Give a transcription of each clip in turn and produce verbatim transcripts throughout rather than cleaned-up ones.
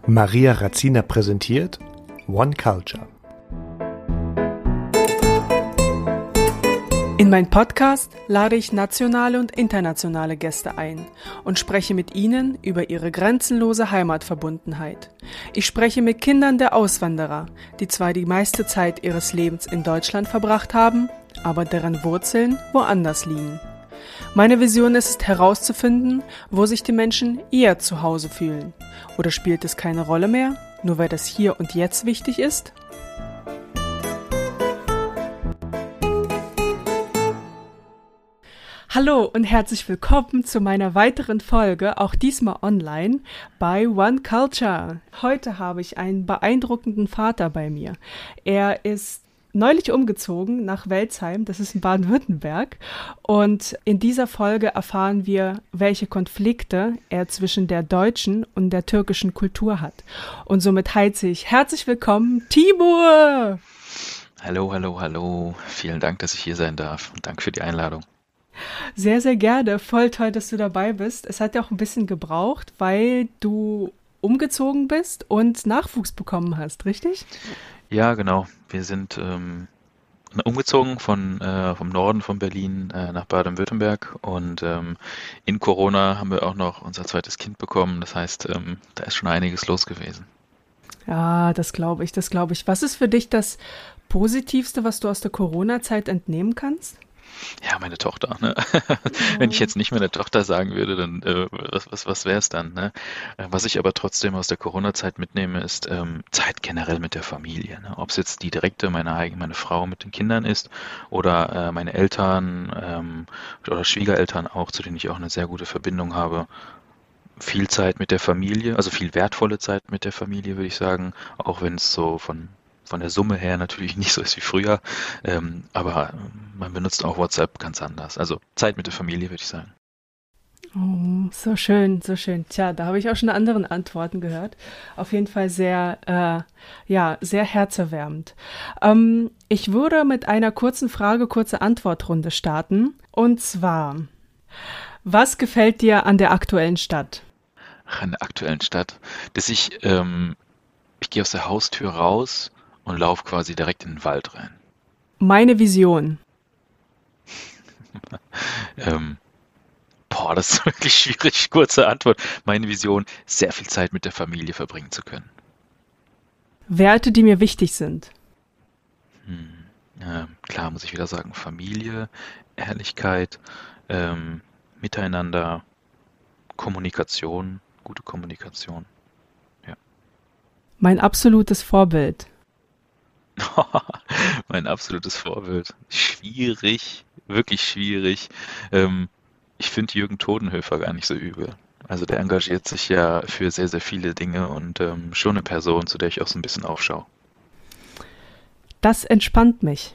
Maria Razina präsentiert One Culture. In meinem Podcast lade ich nationale und internationale Gäste ein und spreche mit ihnen über ihre grenzenlose Heimatverbundenheit. Ich spreche mit Kindern der Auswanderer, die zwar die meiste Zeit ihres Lebens in Deutschland verbracht haben, aber deren Wurzeln woanders liegen. Meine Vision ist es herauszufinden, wo sich die Menschen eher zu Hause fühlen. Oder spielt es keine Rolle mehr, nur weil das Hier und Jetzt wichtig ist? Hallo und herzlich willkommen zu meiner weiteren Folge, auch diesmal online, bei One Culture. Heute habe ich einen beeindruckenden Vater bei mir. Er ist neulich umgezogen nach Welzheim, das ist in Baden-Württemberg. Und in dieser Folge erfahren wir, welche Konflikte er zwischen der deutschen und der türkischen Kultur hat. Und somit heiße ich herzlich willkommen, Timur! Hallo, hallo, hallo. Vielen Dank, dass ich hier sein darf. Und danke für die Einladung. Sehr, sehr gerne. Voll toll, dass du dabei bist. Es hat ja auch ein bisschen gebraucht, weil du umgezogen bist und Nachwuchs bekommen hast, richtig? Ja, genau. Wir sind ähm, umgezogen von, äh, vom Norden von Berlin äh, nach Baden-Württemberg und ähm, in Corona haben wir auch noch unser zweites Kind bekommen. Das heißt, ähm, da ist schon einiges los gewesen. Ja, das glaube ich, das glaube ich. Was ist für dich das Positivste, was du aus der Corona-Zeit entnehmen kannst? Ja, meine Tochter, ne? Wenn ich jetzt nicht meine Tochter sagen würde, dann äh, was, was, was wäre es dann, ne? Was ich aber trotzdem aus der Corona-Zeit mitnehme, ist ähm, Zeit generell mit der Familie, ne? Ob es jetzt die direkte, meine eigene, meine Frau mit den Kindern ist oder äh, meine Eltern ähm, oder Schwiegereltern auch, zu denen ich auch eine sehr gute Verbindung habe. Viel Zeit mit der Familie, also viel wertvolle Zeit mit der Familie, würde ich sagen, auch wenn es so von von der Summe her natürlich nicht so ist wie früher, ähm, aber man benutzt auch WhatsApp ganz anders. Also Zeit mit der Familie, würde ich sagen. Oh, so schön, so schön. Tja, da habe ich auch schon andere Antworten gehört. Auf jeden Fall sehr, äh, ja, sehr herzerwärmend. Ähm, ich würde mit einer kurzen Frage, kurze Antwortrunde starten. Und zwar, was gefällt dir an der aktuellen Stadt? An der aktuellen Stadt, dass ich, ähm, ich gehe aus der Haustür raus und laufe quasi direkt in den Wald rein. Meine Vision. ähm, boah, das ist wirklich schwierig. Kurze Antwort. Meine Vision, sehr viel Zeit mit der Familie verbringen zu können. Werte, die mir wichtig sind. Hm, äh, klar muss ich wieder sagen, Familie, Ehrlichkeit, ähm, Miteinander, Kommunikation, gute Kommunikation. Ja. Mein absolutes Vorbild. Mein absolutes Vorbild. Schwierig, wirklich schwierig. Ähm, ich finde Jürgen Todenhöfer gar nicht so übel. Also der engagiert sich ja für sehr, sehr viele Dinge und ähm, schon eine Person, zu der ich auch so ein bisschen aufschaue. Das entspannt mich.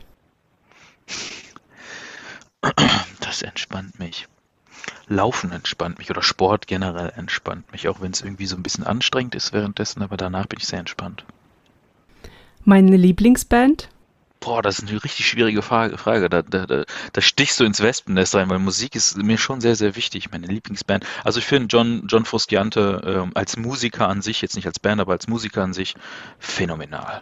Das entspannt mich. Laufen entspannt mich oder Sport generell entspannt mich, auch wenn es irgendwie so ein bisschen anstrengend ist währenddessen, aber danach bin ich sehr entspannt. Meine Lieblingsband? Boah, das ist eine richtig schwierige Frage. Frage. Da, da, da, da stichst du ins Wespennest rein, weil Musik ist mir schon sehr, sehr wichtig. Meine Lieblingsband. Also ich finde John, John Frusciante ähm, als Musiker an sich, jetzt nicht als Band, aber als Musiker an sich, phänomenal.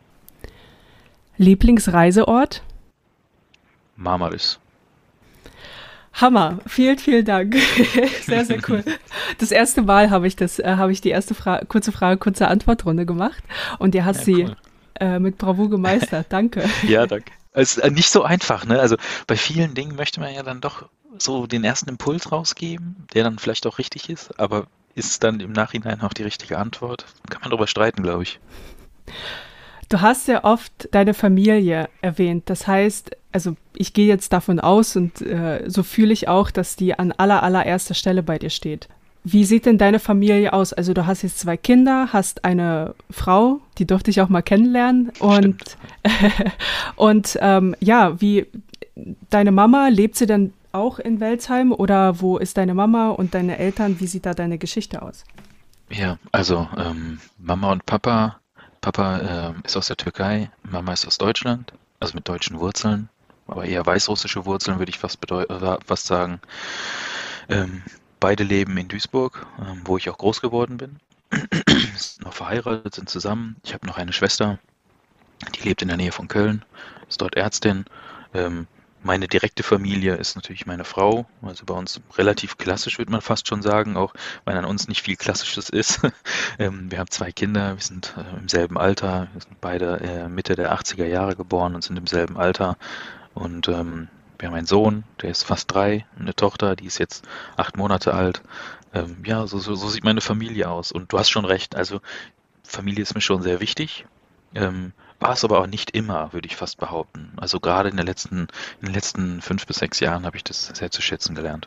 Lieblingsreiseort? Marmaris. Hammer, vielen, vielen Dank. Sehr, sehr cool. Das erste Mal habe ich das, äh, habe ich die erste Frage, kurze Frage, kurze Antwortrunde gemacht und ihr hast ja, sie cool. äh, mit Bravour gemeistert. Danke. Ja, danke. Es ist nicht so einfach, ne? Also bei vielen Dingen möchte man ja dann doch so den ersten Impuls rausgeben, der dann vielleicht auch richtig ist, aber ist dann im Nachhinein auch die richtige Antwort? Kann man darüber streiten, glaube ich. Du hast ja oft deine Familie erwähnt. Das heißt, also ich gehe jetzt davon aus und äh, so fühle ich auch, dass die an aller, allererster Stelle bei dir steht. Wie sieht denn deine Familie aus? Also du hast jetzt zwei Kinder, hast eine Frau, die durfte ich auch mal kennenlernen. Und, und ähm, ja, wie deine Mama, lebt sie denn auch in Welzheim oder wo ist deine Mama und deine Eltern? Wie sieht da deine Geschichte aus? Ja, also ähm, Mama und Papa. Papa äh, ist aus der Türkei, Mama ist aus Deutschland, also mit deutschen Wurzeln, aber eher weißrussische Wurzeln, würde ich fast, bedeu- äh, fast sagen. Ähm, beide leben in Duisburg, ähm, wo ich auch groß geworden bin. Ist noch noch verheiratet, sind zusammen. Ich habe noch eine Schwester, die lebt in der Nähe von Köln, ist dort Ärztin. Ähm, meine direkte Familie ist natürlich meine Frau, also bei uns relativ klassisch, würde man fast schon sagen, auch weil an uns nicht viel Klassisches ist. ähm, wir haben zwei Kinder, wir sind äh, im selben Alter, wir sind beide äh, Mitte der achtziger Jahre geboren und sind im selben Alter. Und ähm, wir haben einen Sohn, der ist fast drei, eine Tochter, die ist jetzt acht Monate alt. Ähm, ja, so, so, so sieht meine Familie aus. Und du hast schon recht, also Familie ist mir schon sehr wichtig. Ähm, war es aber auch nicht immer, würde ich fast behaupten. Also gerade in der letzten, in den letzten fünf bis sechs Jahren habe ich das sehr zu schätzen gelernt.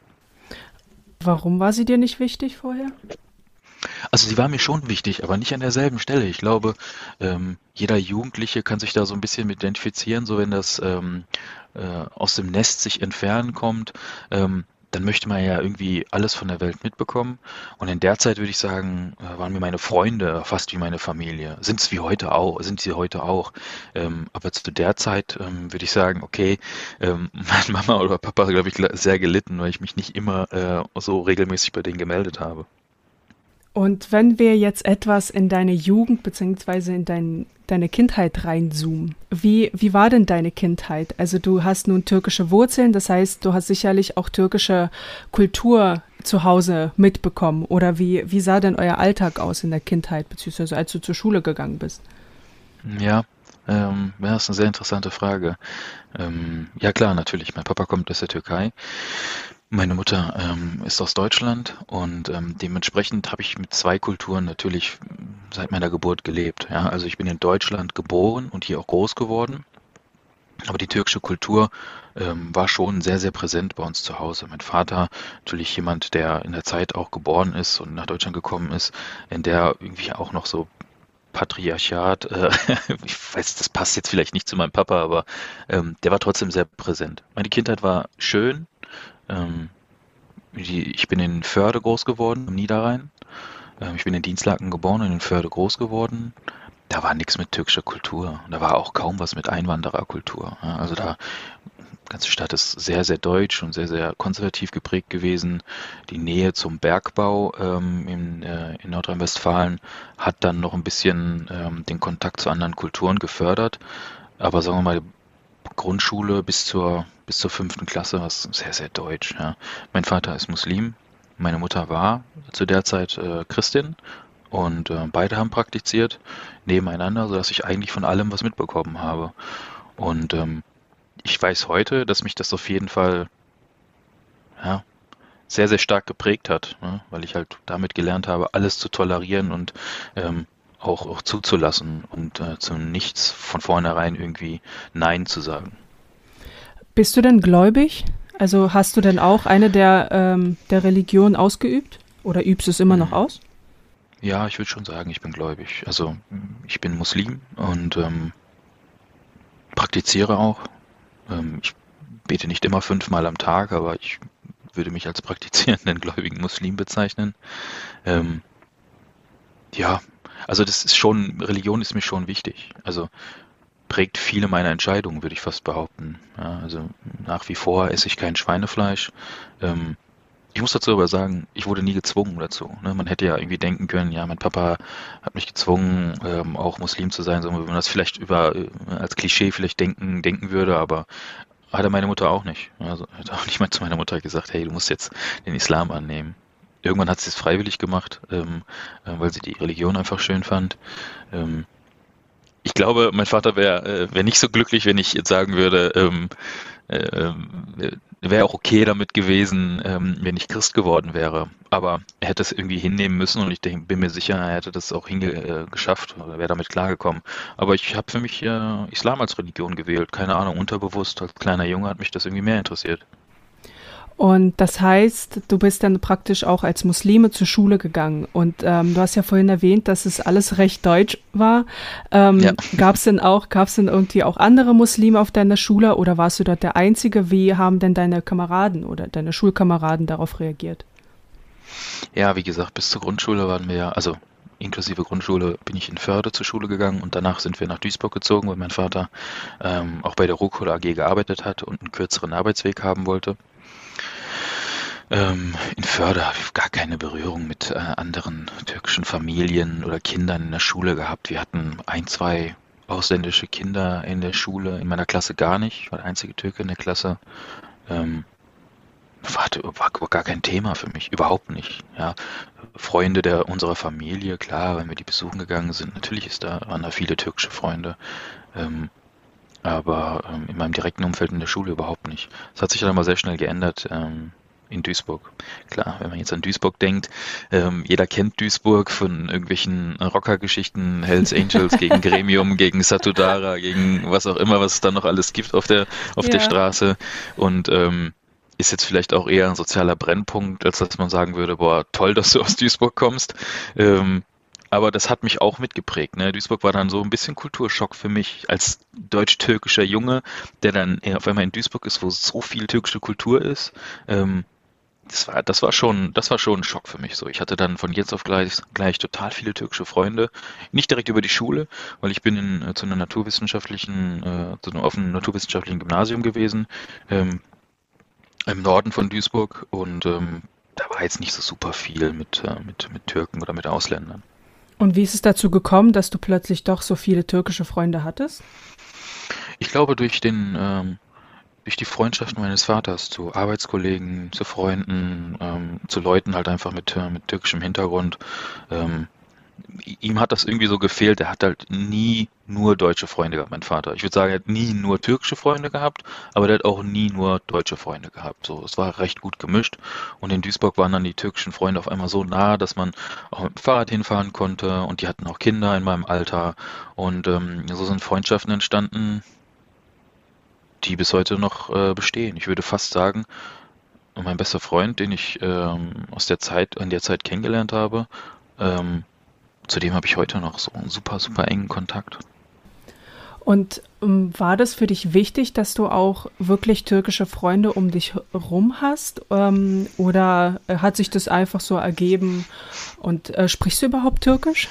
Warum war sie dir nicht wichtig vorher? Also sie war mir schon wichtig, aber nicht an derselben Stelle. Ich glaube, ähm, jeder Jugendliche kann sich da so ein bisschen mit identifizieren, so wenn das ähm, äh, aus dem Nest sich entfernen kommt. Ähm, dann möchte man ja irgendwie alles von der Welt mitbekommen. Und in der Zeit würde ich sagen, äh, waren mir meine Freunde fast wie meine Familie. Sind es wie heute auch, sind sie heute auch. Ähm, aber zu der Zeit ähm, würde ich sagen, okay, ähm, meine Mama oder Papa, glaube ich, sehr gelitten, weil ich mich nicht immer äh, so regelmäßig bei denen gemeldet habe. Und wenn wir jetzt etwas in deine Jugend bzw. in dein, deine Kindheit reinzoomen, wie, wie war denn deine Kindheit? Also du hast nun türkische Wurzeln, das heißt, du hast sicherlich auch türkische Kultur zu Hause mitbekommen. Oder wie, wie sah denn euer Alltag aus in der Kindheit, beziehungsweise als du zur Schule gegangen bist? Ja, ähm, ja, das ist eine sehr interessante Frage. Ähm, ja klar, natürlich, mein Papa kommt aus der Türkei. Meine Mutter ähm, ist aus Deutschland und ähm, dementsprechend habe ich mit zwei Kulturen natürlich seit meiner Geburt gelebt. Ja? Also ich bin in Deutschland geboren und hier auch groß geworden, aber die türkische Kultur ähm, war schon sehr, sehr präsent bei uns zu Hause. Mein Vater, natürlich jemand, der in der Zeit auch geboren ist und nach Deutschland gekommen ist, in der irgendwie auch noch so Patriarchat, äh, ich weiß, das passt jetzt vielleicht nicht zu meinem Papa, aber ähm, der war trotzdem sehr präsent. Meine Kindheit war schön. Ähm, die, ich bin in Förde groß geworden, am Niederrhein. Ähm, ich bin in Dinslaken geboren und in Förde groß geworden. Da war nichts mit türkischer Kultur. Da war auch kaum was mit Einwandererkultur. Ja, also da, die ganze Stadt ist sehr, sehr deutsch und sehr, sehr konservativ geprägt gewesen. Die Nähe zum Bergbau ähm, in, äh, in Nordrhein-Westfalen hat dann noch ein bisschen ähm, den Kontakt zu anderen Kulturen gefördert. Aber sagen wir mal, Grundschule bis zur bis zur fünften Klasse war es sehr, sehr deutsch. Ja. Mein Vater ist Muslim, meine Mutter war zu der Zeit äh, Christin und äh, beide haben praktiziert nebeneinander, sodass ich eigentlich von allem was mitbekommen habe. Und ähm, ich weiß heute, dass mich das auf jeden Fall ja, sehr, sehr stark geprägt hat, ne, weil ich halt damit gelernt habe, alles zu tolerieren und ähm, auch, auch zuzulassen und äh, zu nichts von vornherein irgendwie Nein zu sagen. Bist du denn gläubig? Also hast du denn auch eine der, ähm, der Religionen ausgeübt? Oder übst du es immer noch aus? Ja, ich würde schon sagen, ich bin gläubig. Also ich bin Muslim und ähm, praktiziere auch. Ähm, ich bete nicht immer fünfmal am Tag, aber ich würde mich als praktizierenden gläubigen Muslim bezeichnen. Ähm, ja, also das ist schon, Religion ist mir schon wichtig. Also prägt viele meiner Entscheidungen, würde ich fast behaupten. Ja, also nach wie vor esse ich kein Schweinefleisch. Ähm, ich muss dazu aber sagen, ich wurde nie gezwungen dazu. Ne? Man hätte ja irgendwie denken können, ja, mein Papa hat mich gezwungen, ähm, auch Muslim zu sein, so wie man das vielleicht über äh, als Klischee vielleicht denken, denken würde, aber hatte meine Mutter auch nicht. Also hat auch nicht mal zu meiner Mutter gesagt, hey, du musst jetzt den Islam annehmen. Irgendwann hat sie es freiwillig gemacht, ähm, äh, weil sie die Religion einfach schön fand. Ähm, Ich glaube, mein Vater wäre äh, wär nicht so glücklich, wenn ich jetzt sagen würde, ähm, äh, wäre auch okay damit gewesen, ähm, wenn ich Christ geworden wäre. Aber er hätte es irgendwie hinnehmen müssen und ich denk, bin mir sicher, er hätte das auch hinge äh, geschafft oder wäre damit klargekommen. Aber ich habe für mich äh, Islam als Religion gewählt. Keine Ahnung, unterbewusst. Als kleiner Junge hat mich das irgendwie mehr interessiert. Und das heißt, du bist dann praktisch auch als Muslime zur Schule gegangen. Und ähm, du hast ja vorhin erwähnt, dass es alles recht deutsch war. Ähm, ja. Gab es denn auch, gab es denn irgendwie auch andere Muslime auf deiner Schule oder warst du dort der Einzige? Wie haben denn deine Kameraden oder deine Schulkameraden darauf reagiert? Ja, wie gesagt, bis zur Grundschule waren wir, also inklusive Grundschule, bin ich in Förde zur Schule gegangen und danach sind wir nach Duisburg gezogen, weil mein Vater ähm, auch bei der Ruhrkohle A G gearbeitet hat und einen kürzeren Arbeitsweg haben wollte. Ähm, in Förde habe ich gar keine Berührung mit äh, anderen türkischen Familien oder Kindern in der Schule gehabt. Wir hatten ein, zwei ausländische Kinder in der Schule, in meiner Klasse gar nicht. Ich war der einzige Türke in der Klasse. Ähm, war, war, war gar kein Thema für mich, überhaupt nicht. Ja, Freunde der unserer Familie, klar, wenn wir die besuchen gegangen sind, natürlich ist da, waren da viele türkische Freunde. Ähm, aber ähm, in meinem direkten Umfeld in der Schule überhaupt nicht. Das hat sich dann mal sehr schnell geändert. Ähm, in Duisburg. Klar, wenn man jetzt an Duisburg denkt, ähm, jeder kennt Duisburg von irgendwelchen Rockergeschichten, Hells Angels gegen Gremium, gegen Satudara, gegen was auch immer, was es da noch alles gibt auf der, auf der Ja. Straße. Und ähm, ist jetzt vielleicht auch eher ein sozialer Brennpunkt, als dass man sagen würde, boah, toll, dass du aus Duisburg kommst. Ähm, aber das hat mich auch mitgeprägt. Ne? Duisburg war dann so ein bisschen Kulturschock für mich als deutsch-türkischer Junge, der dann eher auf einmal in Duisburg ist, wo so viel türkische Kultur ist. Ähm, das war, das war schon, das war schon ein Schock für mich so. Ich hatte dann von jetzt auf gleich, gleich total viele türkische Freunde. Nicht direkt über die Schule, weil ich bin in, äh, zu einer naturwissenschaftlichen, äh, zu einem offenen naturwissenschaftlichen Gymnasium gewesen, ähm, im Norden von Duisburg und ähm, da war jetzt nicht so super viel mit, äh, mit, mit Türken oder mit Ausländern. Und wie ist es dazu gekommen, dass du plötzlich doch so viele türkische Freunde hattest? Ich glaube, durch den, ähm, durch die Freundschaften meines Vaters zu Arbeitskollegen, zu Freunden, ähm, zu Leuten halt einfach mit, äh, mit türkischem Hintergrund. Ähm, ihm hat das irgendwie so gefehlt. Er hat halt nie nur deutsche Freunde gehabt, mein Vater. Ich würde sagen, er hat nie nur türkische Freunde gehabt, aber der hat auch nie nur deutsche Freunde gehabt. So, es war recht gut gemischt. Und in Duisburg waren dann die türkischen Freunde auf einmal so nah, dass man auch mit dem Fahrrad hinfahren konnte. Und die hatten auch Kinder in meinem Alter. Und ähm, so sind Freundschaften entstanden, die bis heute noch äh, bestehen. Ich würde fast sagen, mein bester Freund, den ich ähm, aus der Zeit, in der Zeit kennengelernt habe, ähm, zu dem habe ich heute noch so einen super, super engen Kontakt. Und ähm, war das für dich wichtig, dass du auch wirklich türkische Freunde um dich rum hast? Ähm, oder äh, hat sich das einfach so ergeben? Und äh, sprichst du überhaupt Türkisch?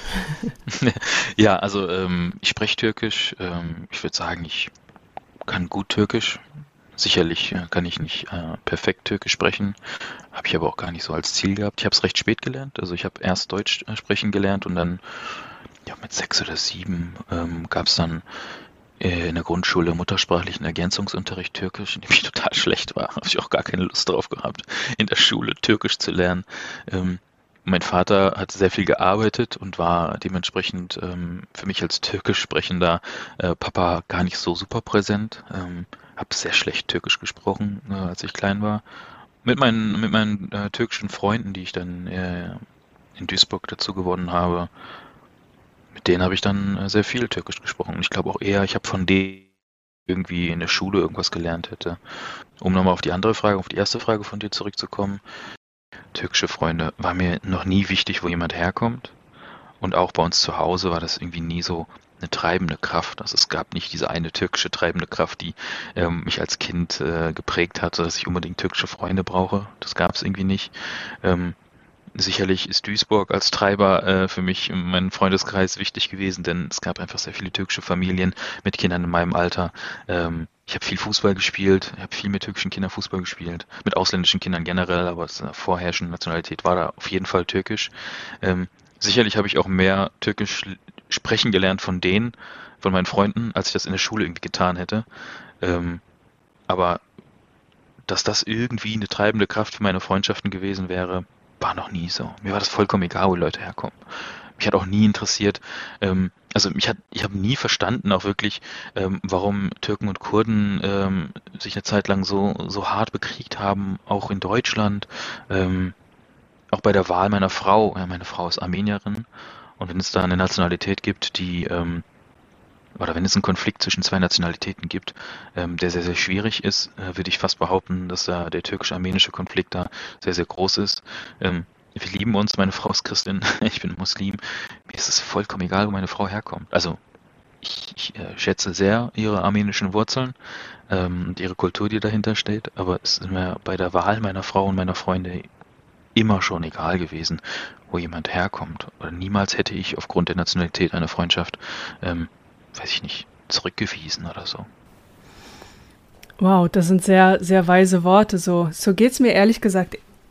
Ja, also ähm, ich spreche Türkisch. Ähm, ich würde sagen, ich kann gut Türkisch. Sicherlich äh, kann ich nicht äh, perfekt Türkisch sprechen, habe ich aber auch gar nicht so als Ziel gehabt. Ich habe es recht spät gelernt. Also ich habe erst Deutsch äh, sprechen gelernt und dann ja, mit sechs oder sieben ähm, gab es dann äh, in der Grundschule muttersprachlichen Ergänzungsunterricht Türkisch, in dem ich total schlecht war. Habe ich auch gar keine Lust drauf gehabt, in der Schule Türkisch zu lernen. Ähm, mein Vater hat sehr viel gearbeitet und war dementsprechend ähm, für mich als türkisch sprechender äh, Papa gar nicht so super präsent. Ähm, habe sehr schlecht Türkisch gesprochen, äh, als ich klein war. Mit meinen, mit meinen äh, türkischen Freunden, die ich dann äh, in Duisburg dazu gewonnen habe, mit denen habe ich dann äh, sehr viel Türkisch gesprochen. Und ich glaube auch eher, ich habe von denen irgendwie in der Schule irgendwas gelernt hätte. Um nochmal auf die andere Frage, auf die erste Frage von dir zurückzukommen. Türkische Freunde war mir noch nie wichtig, wo jemand herkommt. Und auch bei uns zu Hause war das irgendwie nie so eine treibende Kraft. Also es gab nicht diese eine türkische treibende Kraft, die ähm, mich als Kind äh, geprägt hatte, dass ich unbedingt türkische Freunde brauche. Das gab es irgendwie nicht. Ähm, sicherlich ist Duisburg als Treiber äh, für mich in meinem Freundeskreis wichtig gewesen, denn es gab einfach sehr viele türkische Familien mit Kindern in meinem Alter. Ähm, ich habe viel Fußball gespielt, ich habe viel mit türkischen Kindern Fußball gespielt, mit ausländischen Kindern generell, aber es, äh, vorherrschende Nationalität war da auf jeden Fall türkisch. Ähm, sicherlich habe ich auch mehr türkisch sprechen gelernt von denen, von meinen Freunden, als ich das in der Schule irgendwie getan hätte. Ähm, aber dass das irgendwie eine treibende Kraft für meine Freundschaften gewesen wäre, war noch nie so. Mir war das vollkommen egal, wo Leute herkommen. Mich hat auch nie interessiert, ähm, also mich hat, ich habe nie verstanden auch wirklich, ähm, warum Türken und Kurden ähm, sich eine Zeit lang so, so hart bekriegt haben, auch in Deutschland. Ähm, auch bei der Wahl meiner Frau, ja, meine Frau ist Armenierin, und wenn es da eine Nationalität gibt, die, ähm, oder wenn es einen Konflikt zwischen zwei Nationalitäten gibt, ähm, der sehr, sehr schwierig ist, äh, würde ich fast behaupten, dass da der türkisch-armenische Konflikt da sehr, sehr groß ist. Ähm, wir lieben uns, meine Frau ist Christin, ich bin Muslim. Mir ist es vollkommen egal, wo meine Frau herkommt. Also ich, ich äh, schätze sehr ihre armenischen Wurzeln ähm, und ihre Kultur, die dahinter steht, aber es ist mir bei der Wahl meiner Frau und meiner Freunde immer schon egal gewesen, wo jemand herkommt. Oder niemals hätte ich aufgrund der Nationalität eine Freundschaft, ähm, weiß ich nicht, zurückgewiesen oder so. Wow, das sind sehr, sehr weise Worte. So, so geht es mir ehrlich gesagt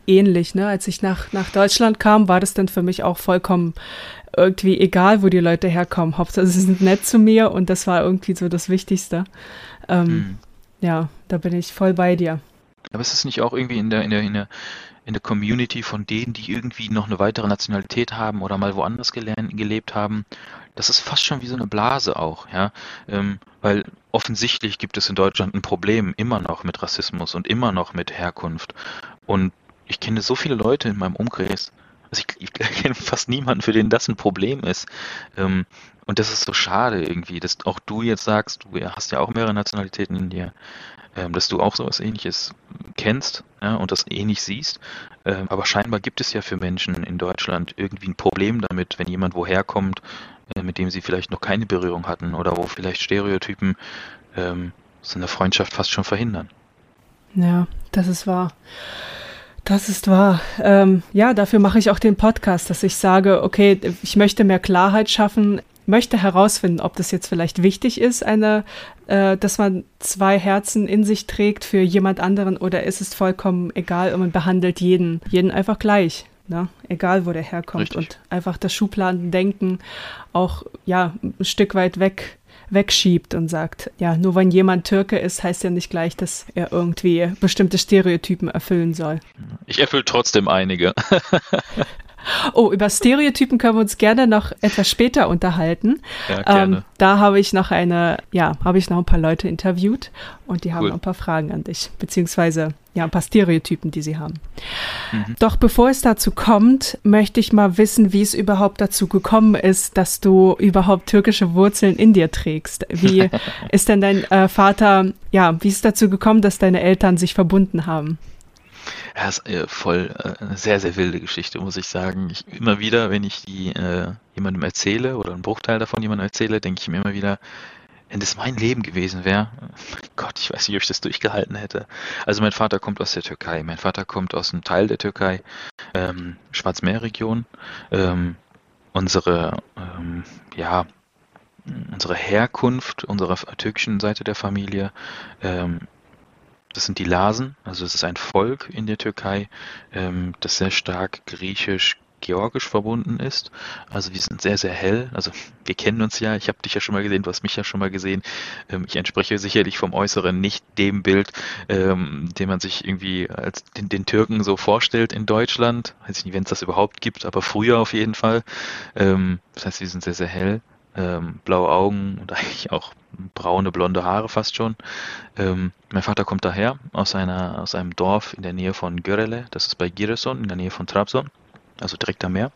ähnlich, ne? Als ich nach, nach Deutschland kam, war das dann für mich auch vollkommen irgendwie egal, wo die Leute herkommen. Hauptsache, sie sind nett zu mir und das war irgendwie so das Wichtigste. Ähm, Hm. Ja, da bin ich voll bei dir. Aber ist es nicht auch irgendwie in der, in der, in der, in der Community von denen, die irgendwie noch eine weitere Nationalität haben oder mal woanders gelernt, gelebt haben? Das ist fast schon wie so eine Blase auch, ja. Ähm, weil offensichtlich gibt es in Deutschland ein Problem immer noch mit Rassismus und immer noch mit Herkunft. Und ich kenne so viele Leute in meinem Umkreis, also ich, ich kenne fast niemanden, für den das ein Problem ist. Ähm, und das ist so schade irgendwie, dass auch du jetzt sagst, du hast ja auch mehrere Nationalitäten in dir, ähm, dass du auch sowas Ähnliches kennst, ja, und das ähnlich siehst. Ähm, aber scheinbar gibt es ja für Menschen in Deutschland irgendwie ein Problem damit, wenn jemand woher kommt, äh, mit dem sie vielleicht noch keine Berührung hatten oder wo vielleicht Stereotypen ähm, so eine Freundschaft fast schon verhindern. Ja, das ist wahr. Das ist wahr. Ähm, ja, dafür mache ich auch den Podcast, dass ich sage, okay, ich möchte mehr Klarheit schaffen, möchte herausfinden, ob das jetzt vielleicht wichtig ist, eine, äh, dass man zwei Herzen in sich trägt für jemand anderen, oder ist es vollkommen egal und man behandelt jeden, jeden einfach gleich, ne? Egal, wo der herkommt. Richtig. Und einfach das Schubladendenken auch, ja, ein Stück weit weg wegschiebt und sagt, ja, nur wenn jemand Türke ist, heißt ja nicht gleich, dass er irgendwie bestimmte Stereotypen erfüllen soll. Ich erfülle trotzdem einige. Oh, über Stereotypen können wir uns gerne noch etwas später unterhalten. Ja, gerne. Ähm, da habe ich noch eine, ja, habe ich noch ein paar Leute interviewt und die haben Cool. noch ein paar Fragen an dich, beziehungsweise ja, ein paar Stereotypen, die sie haben. Mhm. Doch bevor es dazu kommt, möchte ich mal wissen, wie es überhaupt dazu gekommen ist, dass du überhaupt türkische Wurzeln in dir trägst. Wie ist denn dein äh, Vater, ja, wie ist es dazu gekommen, dass deine Eltern sich verbunden haben? Ja, ist äh, voll äh, eine sehr, sehr wilde Geschichte, muss ich sagen. Ich, immer wieder, wenn ich die äh, jemandem erzähle oder einen Bruchteil davon jemandem erzähle, denke ich mir immer wieder, wenn das mein Leben gewesen wäre, mein Gott, ich weiß nicht, ob ich das durchgehalten hätte. Also mein Vater kommt aus der Türkei. Mein Vater kommt aus einem Teil der Türkei, ähm, Schwarzmeerregion. Ähm, unsere, ähm, ja, unsere Herkunft, unserer türkischen Seite der Familie, ähm, das sind die Lasen, also es ist ein Volk in der Türkei, ähm, das sehr stark griechisch-georgisch verbunden ist. Also wir sind sehr, sehr hell. Also wir kennen uns ja, ich habe dich ja schon mal gesehen, du hast mich ja schon mal gesehen. Ähm, ich entspreche sicherlich vom Äußeren nicht dem Bild, ähm, den man sich irgendwie als den, den Türken so vorstellt in Deutschland. Weiß ich nicht, wenn es das überhaupt gibt, aber früher auf jeden Fall. Ähm, das heißt, wir sind sehr, sehr hell. Ähm, blaue Augen und eigentlich auch braune, blonde Haare fast schon. Ähm, mein Vater kommt daher aus einer, aus einem Dorf in der Nähe von Görele, das ist bei Giresun, in der Nähe von Trabzon, also direkt am Meer.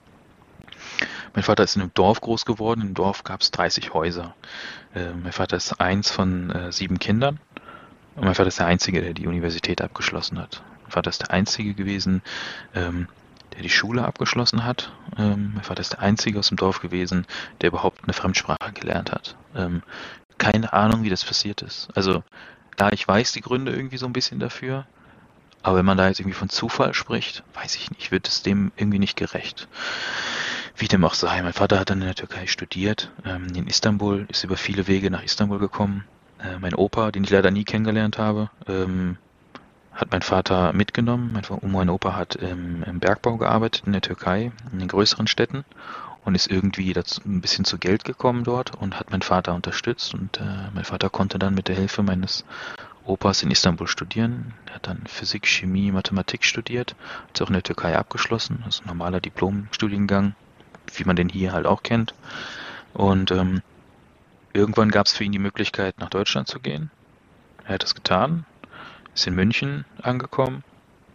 Mein Vater ist in einem Dorf groß geworden, im Dorf gab es dreißig Häuser. Äh, mein Vater ist eins von äh, sieben Kindern und mein Vater ist der Einzige, der die Universität abgeschlossen hat. Mein Vater ist der Einzige gewesen, ähm, der die Schule abgeschlossen hat. Ähm, mein Vater ist der Einzige aus dem Dorf gewesen, der überhaupt eine Fremdsprache gelernt hat. Ähm, keine Ahnung, wie das passiert ist. Also, da ich weiß die Gründe irgendwie so ein bisschen dafür, aber wenn man da jetzt irgendwie von Zufall spricht, weiß ich nicht, wird es dem irgendwie nicht gerecht. Wie dem auch sei, mein Vater hat dann in der Türkei studiert, ähm, in Istanbul, ist über viele Wege nach Istanbul gekommen. Äh, mein Opa, den ich leider nie kennengelernt habe, ähm, hat mein Vater mitgenommen. Mein, mein Opa hat im, im Bergbau gearbeitet in der Türkei, in den größeren Städten und ist irgendwie dazu, ein bisschen zu Geld gekommen dort und hat meinen Vater unterstützt. Und äh, mein Vater konnte dann mit der Hilfe meines Opas in Istanbul studieren. Er hat dann Physik, Chemie, Mathematik studiert, hat es auch in der Türkei abgeschlossen. Das ist ein normaler Diplom-Studiengang, wie man den hier halt auch kennt. Und ähm, irgendwann gab es für ihn die Möglichkeit, nach Deutschland zu gehen. Er hat das getan. Ist in München angekommen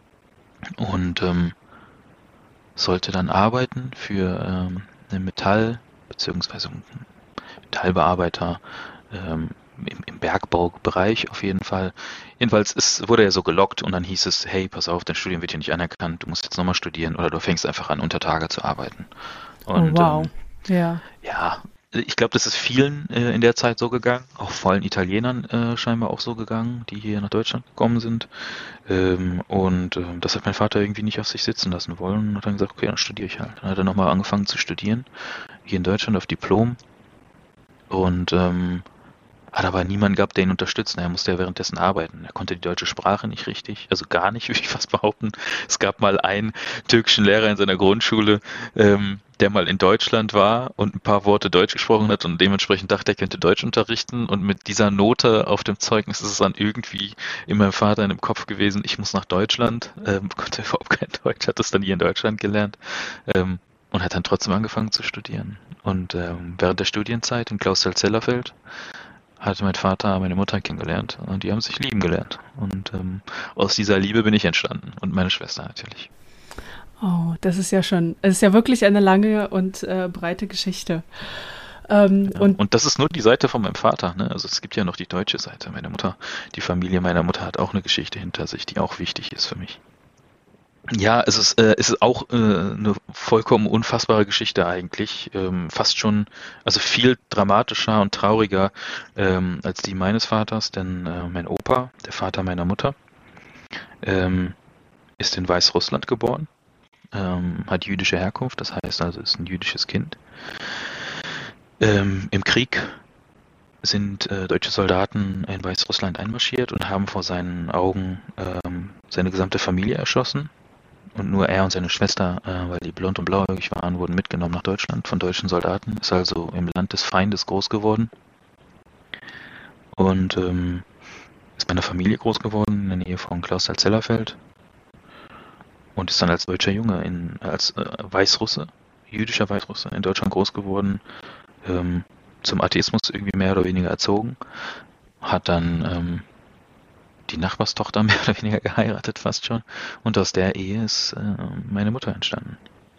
und ähm, sollte dann arbeiten für ähm, einen Metall- bzw. Metallbearbeiter ähm, im, im Bergbaubereich auf jeden Fall. Jedenfalls ist, wurde er so gelockt und dann hieß es, hey, pass auf, dein Studium wird hier nicht anerkannt, du musst jetzt nochmal studieren oder du fängst einfach an, unter Tage zu arbeiten. Und, oh, wow. Ähm, Ja. ja, ich glaube, das ist vielen äh, in der Zeit so gegangen, auch vor allem Italienern äh, scheinbar auch so gegangen, die hier nach Deutschland gekommen sind. Ähm, und äh, das hat mein Vater irgendwie nicht auf sich sitzen lassen wollen und hat dann gesagt, okay, dann studiere ich halt. Dann hat er nochmal angefangen zu studieren, hier in Deutschland auf Diplom und ähm, Hat aber niemanden gehabt, der ihn unterstützt. Er musste ja währenddessen arbeiten. Er konnte die deutsche Sprache nicht richtig, also gar nicht, würde ich fast behaupten. Es gab mal einen türkischen Lehrer in seiner Grundschule, ähm, der mal in Deutschland war und ein paar Worte Deutsch gesprochen hat und dementsprechend dachte, er könnte Deutsch unterrichten. Und mit dieser Note auf dem Zeugnis ist es dann irgendwie in meinem Vater in dem Kopf gewesen, ich muss nach Deutschland. Ähm, konnte überhaupt kein Deutsch, hat das dann hier in Deutschland gelernt. Ähm, und hat dann trotzdem angefangen zu studieren. Und ähm, während der Studienzeit in Clausthal-Zellerfeld hatte mein Vater meine Mutter kennengelernt und die haben sich lieben gelernt. Und ähm, aus dieser Liebe bin ich entstanden und meine Schwester natürlich. Oh, das ist ja schon, es ist ja wirklich eine lange und äh, breite Geschichte. Ähm, Ja, und und das ist nur die Seite von meinem Vater, ne? Also es gibt ja noch die deutsche Seite. Meine Mutter, die Familie meiner Mutter hat auch eine Geschichte hinter sich, die auch wichtig ist für mich. Ja, es ist, äh, es ist auch äh, eine vollkommen unfassbare Geschichte eigentlich. Ähm, fast schon, also viel dramatischer und trauriger ähm, als die meines Vaters, denn äh, mein Opa, der Vater meiner Mutter, ähm, ist in Weißrussland geboren, ähm, hat jüdische Herkunft, das heißt also ist ein jüdisches Kind. Ähm, im Krieg sind äh, deutsche Soldaten in Weißrussland einmarschiert und haben vor seinen Augen ähm, seine gesamte Familie erschossen. Und nur er und seine Schwester, äh, weil die blond und blauäugig waren, wurden mitgenommen nach Deutschland von deutschen Soldaten. Ist also im Land des Feindes groß geworden. Und ähm, ist bei einer Familie groß geworden, in der Nähe von Clausthal-Zellerfeld. Und ist dann als deutscher Junge, in, als äh, Weißrusse, jüdischer Weißrusse, in Deutschland groß geworden. Ähm, zum Atheismus irgendwie mehr oder weniger erzogen. Hat dann ähm, die Nachbarstochter mehr oder weniger geheiratet, fast schon. Und aus der Ehe ist äh, meine Mutter entstanden.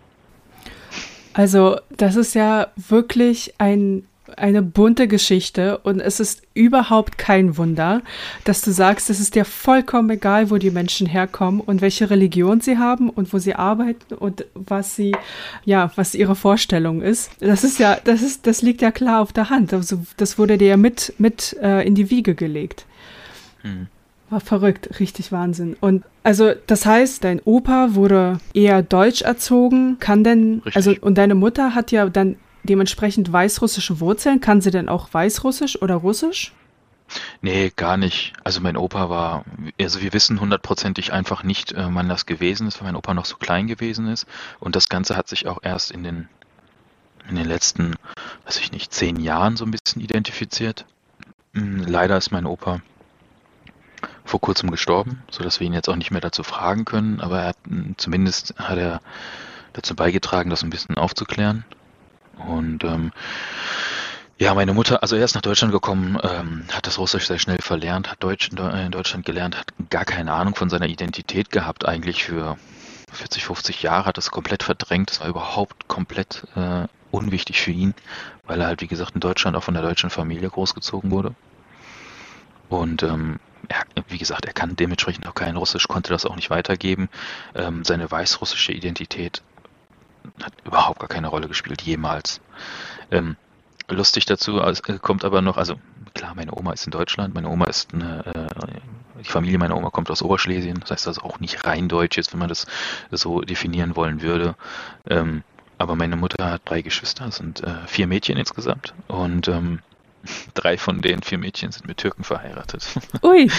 also das ist ja wirklich ein, eine bunte Geschichte und es ist überhaupt kein Wunder, dass du sagst, es ist dir vollkommen egal, wo die Menschen herkommen und welche Religion sie haben und wo sie arbeiten und was sie, ja, was ihre Vorstellung ist. Das ist ja, das ist, das liegt ja klar auf der Hand. Also das wurde dir ja mit, mit äh, in die Wiege gelegt. Hm. War verrückt, richtig Wahnsinn. Und also das heißt, dein Opa wurde eher deutsch erzogen, kann denn, Richtig. also und deine Mutter hat ja dann dementsprechend weißrussische Wurzeln, kann sie denn auch weißrussisch oder russisch? Nee, gar nicht. Also mein Opa war, also wir wissen hundertprozentig einfach nicht, äh, wann das gewesen ist, weil mein Opa noch so klein gewesen ist. Und das Ganze hat sich auch erst in den, in den letzten, weiß ich nicht, zehn Jahren so ein bisschen identifiziert. Hm, Leider ist mein Opa vor kurzem gestorben, sodass wir ihn jetzt auch nicht mehr dazu fragen können, aber er hat, hm, zumindest hat er dazu beigetragen, das ein bisschen aufzuklären. Und ähm, ja, meine Mutter, also er ist nach Deutschland gekommen, ähm, hat das Russisch sehr schnell verlernt, hat Deutsch in Deu- in Deutschland gelernt, hat gar keine Ahnung von seiner Identität gehabt, eigentlich für vierzig, fünfzig Jahre, hat das komplett verdrängt, das war überhaupt komplett äh, unwichtig für ihn, weil er halt, wie gesagt, in Deutschland auch von der deutschen Familie großgezogen wurde. Und ähm, er, wie gesagt, er kann dementsprechend auch kein Russisch, konnte das auch nicht weitergeben. Ähm, seine weißrussische Identität hat überhaupt gar keine Rolle gespielt, jemals. Ähm, lustig dazu es kommt aber noch, also klar, meine Oma ist in Deutschland, meine Oma ist eine, äh, die Familie meiner Oma kommt aus Oberschlesien, das heißt also auch nicht rein deutsch jetzt, wenn man das so definieren wollen würde. Ähm, aber meine Mutter hat drei Geschwister, es sind äh, vier Mädchen insgesamt und ähm, drei von den vier Mädchen sind mit Türken verheiratet. Ui.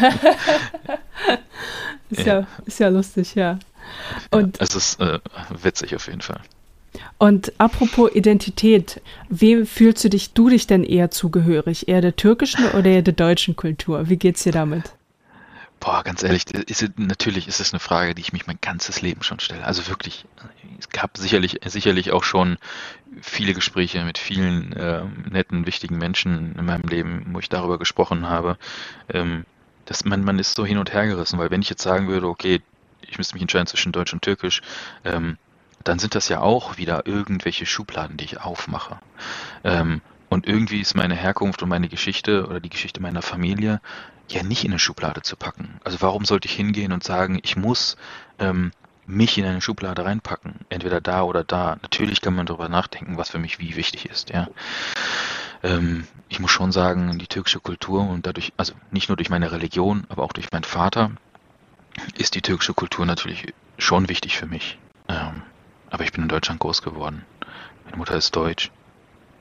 ist, ja. Ja. ist ja lustig, ja. Ja, Und, es ist äh, witzig auf jeden Fall. und apropos Identität, wem fühlst du dich, du dich denn eher zugehörig? Eher der türkischen oder eher der deutschen Kultur? Wie geht's dir damit? Boah, ganz ehrlich, ist, es- natürlich ist es eine Frage, die ich mich mein ganzes Leben schon stelle. Also wirklich, es gab sicherlich, sicherlich auch schon viele Gespräche mit vielen ähm, netten, wichtigen Menschen in meinem Leben, wo ich darüber gesprochen habe. Ähm, dass man, man ist so hin und her gerissen, weil wenn ich jetzt sagen würde, okay, ich müsste mich entscheiden zwischen Deutsch und Türkisch, ähm, dann sind das ja auch wieder irgendwelche Schubladen, die ich aufmache. Ähm, und irgendwie ist meine Herkunft und meine Geschichte oder die Geschichte meiner Familie ja nicht in eine Schublade zu packen. Also warum sollte ich hingehen und sagen, ich muss ähm, mich in eine Schublade reinpacken, entweder da oder da. Natürlich kann man darüber nachdenken, was für mich wie wichtig ist, ja. Ähm, ich muss schon sagen, die türkische Kultur und dadurch, also nicht nur durch meine Religion, aber auch durch meinen Vater, ist die türkische Kultur natürlich schon wichtig für mich. Ähm, aber ich bin in Deutschland groß geworden. Meine Mutter ist deutsch.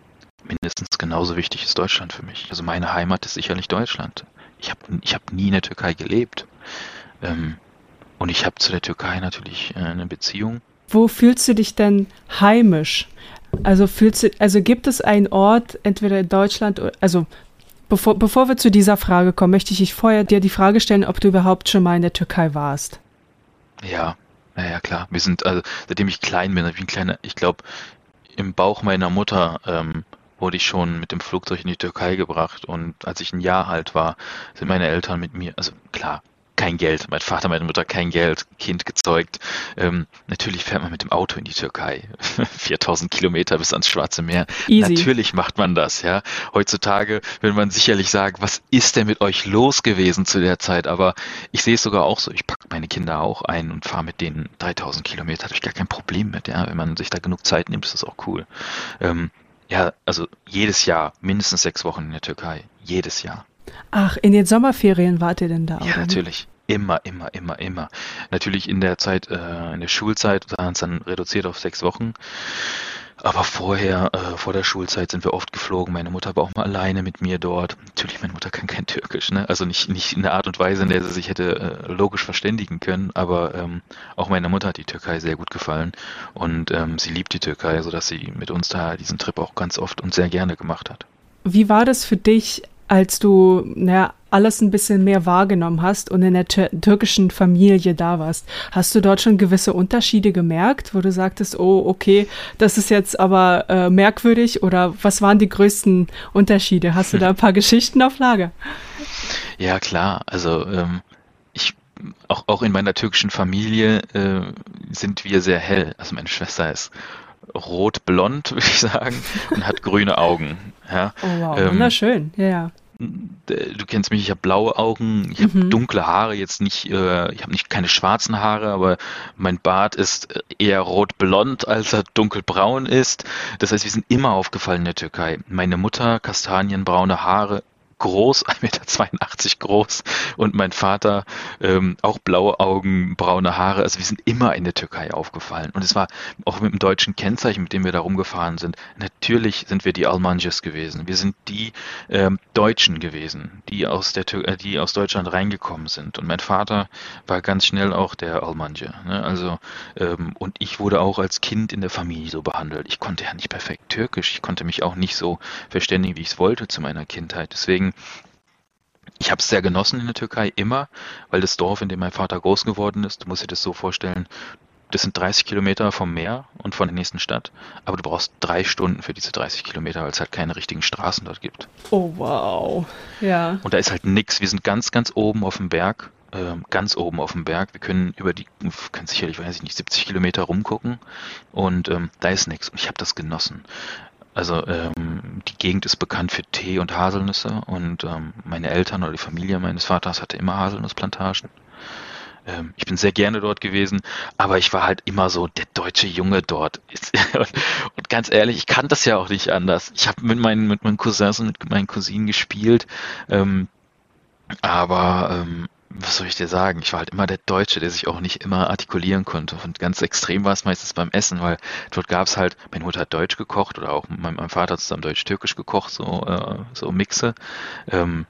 mindestens genauso wichtig ist Deutschland für mich. Also meine Heimat ist sicherlich Deutschland. Ich habe ich hab nie in der Türkei gelebt. Ähm, und ich habe zu der Türkei natürlich äh, eine Beziehung. Wo fühlst du dich denn heimisch? Also fühlst du, also gibt es einen Ort, entweder in Deutschland, also bevor, bevor wir zu dieser Frage kommen, möchte ich dich vorher dir die Frage stellen, ob du überhaupt schon mal in der Türkei warst. Ja, naja, klar. Wir sind, also seitdem ich klein bin, ich bin kleiner, ich glaube, im Bauch meiner Mutter ähm, wurde ich schon mit dem Flugzeug in die Türkei gebracht und als ich ein Jahr alt war, sind meine Eltern mit mir, also klar, kein Geld, mein Vater, meine Mutter kein Geld, Kind gezeugt. Ähm, natürlich fährt man mit dem Auto in die Türkei, viertausend Kilometer bis ans Schwarze Meer. Easy. Natürlich macht man das, ja. Heutzutage will man sicherlich sagen, was ist denn mit euch los gewesen zu der Zeit? Aber ich sehe es sogar auch so, ich packe meine Kinder auch ein und fahre mit denen dreitausend Kilometer, habe ich gar kein Problem mit, ja. Wenn man sich da genug Zeit nimmt, ist das auch cool. Ähm, ja, also jedes Jahr mindestens sechs Wochen in der Türkei, jedes Jahr. Ach, in den Sommerferien wart ihr denn da? Ja, oder? natürlich. Immer, immer, immer, immer. Natürlich in der Zeit, äh, in der Schulzeit, da haben es dann reduziert auf sechs Wochen. Aber vorher, äh, vor der Schulzeit sind wir oft geflogen. Meine Mutter war auch mal alleine mit mir dort. Natürlich, meine Mutter kann kein Türkisch, ne? Also nicht, nicht in der Art und Weise, in der sie sich hätte äh, logisch verständigen können. Aber ähm, auch meiner Mutter hat die Türkei sehr gut gefallen. Und ähm, sie liebt die Türkei, sodass sie mit uns da diesen Trip auch ganz oft und sehr gerne gemacht hat. Wie war das für dich, als du naja, alles ein bisschen mehr wahrgenommen hast und in der tür- türkischen Familie da warst? Hast du dort schon gewisse Unterschiede gemerkt, wo du sagtest, oh, okay, das ist jetzt aber äh, merkwürdig? Oder was waren die größten Unterschiede? Hast du da ein paar Geschichten auf Lager? Ja, klar. Also ähm, ich auch, auch in meiner türkischen Familie äh, sind wir sehr hell. Also meine Schwester ist rot-blond, würde ich sagen, und hat grüne Augen. Ja. Oh wow, Ähm, wunderschön. Ja, ja. Du kennst mich, ich habe blaue Augen, ich habe Mhm. dunkle Haare, jetzt nicht, äh, ich habe nicht keine schwarzen Haare, aber mein Bart ist eher rot-blond, als er dunkelbraun ist. Das heißt, wir sind immer aufgefallen in der Türkei. Meine Mutter, kastanienbraune Haare, groß, ein Meter zweiundachtzig groß, und mein Vater ähm, auch blaue Augen, braune Haare. Also wir sind immer in der Türkei aufgefallen. Und es war auch mit dem deutschen Kennzeichen, mit dem wir da rumgefahren sind. Natürlich sind wir die Almancıs gewesen. Wir sind die ähm, Deutschen gewesen, die aus der Tür äh, die aus Deutschland reingekommen sind. Und mein Vater war ganz schnell auch der Almancı. Ne? Also ähm, und ich wurde auch als Kind in der Familie so behandelt. Ich konnte ja nicht perfekt Türkisch. Ich konnte mich auch nicht so verständigen, wie ich es wollte zu meiner Kindheit. Deswegen ich habe es sehr genossen in der Türkei, immer, weil das Dorf, in dem mein Vater groß geworden ist, du musst dir das so vorstellen, das sind dreißig Kilometer vom Meer und von der nächsten Stadt, aber du brauchst drei Stunden für diese dreißig Kilometer, weil es halt keine richtigen Straßen dort gibt. Oh wow. Ja. Und da ist halt nix, wir sind ganz, ganz oben auf dem Berg, ähm, ganz oben auf dem Berg, wir können über die, können sicherlich, weiß ich nicht, siebzig Kilometer rumgucken und ähm, da ist nix und ich habe das genossen. Also ähm, die Gegend ist bekannt für Tee und Haselnüsse und ähm, meine Eltern oder die Familie meines Vaters hatte immer Haselnussplantagen. Ähm, ich bin sehr gerne dort gewesen, aber ich war halt immer so der deutsche Junge dort. und, und ganz ehrlich, ich kann das ja auch nicht anders. Ich habe mit meinen, mit meinen Cousins und mit meinen Cousinen gespielt, ähm, aber ähm, was soll ich dir sagen? Ich war halt immer der Deutsche, der sich auch nicht immer artikulieren konnte. Und ganz extrem war es meistens beim Essen, weil dort gab es halt, meine Mutter hat Deutsch gekocht oder auch mein, mein Vater hat zusammen Deutsch-Türkisch gekocht, so, äh, so Mixe. Ähm,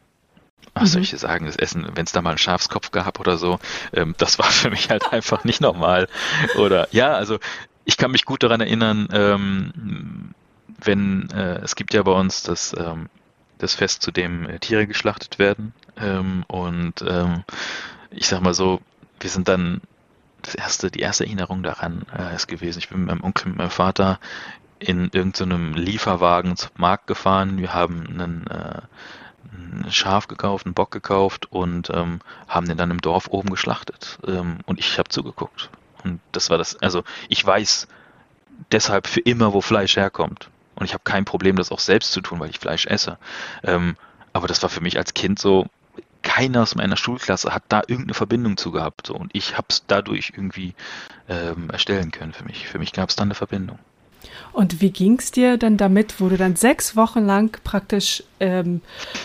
was soll ich dir sagen, das Essen, wenn es da mal einen Schafskopf gab oder so, ähm, das war für mich halt einfach nicht normal. Oder ja, also ich kann mich gut daran erinnern, ähm, wenn, äh, es gibt ja bei uns das, ähm, das Fest, zu dem äh, Tiere geschlachtet werden. Ähm, und ähm, ich sag mal so, wir sind dann, das erste, die erste Erinnerung daran äh, ist gewesen, ich bin mit meinem Onkel, mit meinem Vater in irgendeinem Lieferwagen zum Markt gefahren. Wir haben einen, äh, ein Schaf gekauft, einen Bock gekauft und ähm, haben den dann im Dorf oben geschlachtet. Ähm, und ich habe zugeguckt. Und das war das, also ich weiß deshalb für immer, wo Fleisch herkommt. Und ich habe kein Problem, das auch selbst zu tun, weil ich Fleisch esse. Ähm, aber das war für mich als Kind so, keiner aus meiner Schulklasse hat da irgendeine Verbindung zu gehabt. So. Und ich habe es dadurch irgendwie ähm, erstellen können für mich. Für mich gab es dann eine Verbindung. Und wie ging es dir dann damit, wo du dann sechs Wochen lang praktisch ähm,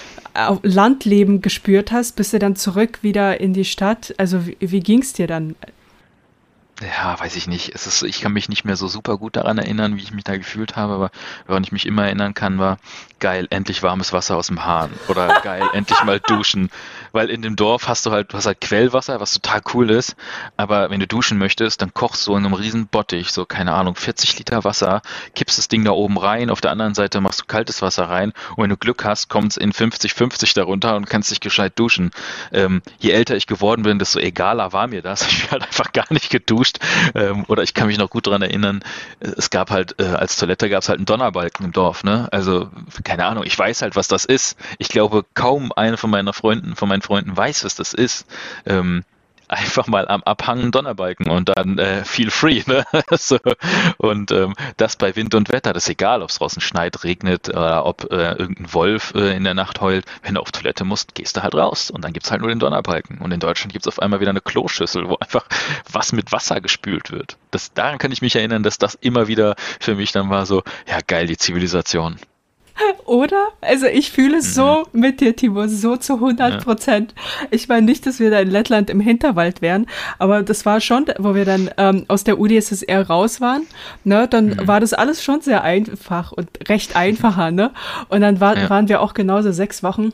Landleben gespürt hast, bist du dann zurück wieder in die Stadt? Also wie, wie ging es dir dann? Ja, weiß ich nicht. Es ist, ich kann mich nicht mehr so super gut daran erinnern, wie ich mich da gefühlt habe, aber woran ich mich immer erinnern kann, war geil, endlich warmes Wasser aus dem Hahn oder geil, endlich mal duschen. Weil in dem Dorf hast du halt, du hast halt Quellwasser, was total cool ist, aber wenn du duschen möchtest, dann kochst du in einem riesen Bottich, so keine Ahnung, vierzig Liter Wasser, kippst das Ding da oben rein, auf der anderen Seite machst du kaltes Wasser rein und wenn du Glück hast, kommt es in fünfzig fünfzig darunter und kannst dich gescheit duschen. Ähm, je älter ich geworden bin, desto egaler war mir das. Ich bin halt einfach gar nicht geduscht. Ähm, oder ich kann mich noch gut daran erinnern, es gab halt, äh, als Toilette gab es halt einen Donnerbalken im Dorf, ne? Also, keine Ahnung, ich weiß halt, was das ist. Ich glaube, kaum einer von meiner Freunden, von meinen Freunden weiß, was das ist. Ähm, einfach mal am Abhang einen Donnerbalken und dann äh, feel free, ne? So. Und ähm, das bei Wind und Wetter, das ist egal, ob es draußen schneit, regnet oder ob äh, irgendein Wolf äh, in der Nacht heult. Wenn du auf Toilette musst, gehst du halt raus und dann gibt's halt nur den Donnerbalken. Und in Deutschland gibt's auf einmal wieder eine Kloschüssel, wo einfach was mit Wasser gespült wird. Das, daran kann ich mich erinnern, dass das immer wieder für mich dann war so, ja geil, die Zivilisation. Oder? Also ich fühle es mhm. so mit dir, Timo, so zu hundert Prozent. Ja. Ich meine nicht, dass wir da in Lettland im Hinterwald wären, aber das war schon, wo wir dann ähm, aus der U d S S R raus waren, ne, dann mhm. war das alles schon sehr einfach und recht einfacher, ne? Und dann war, ja. waren wir auch genauso sechs Wochen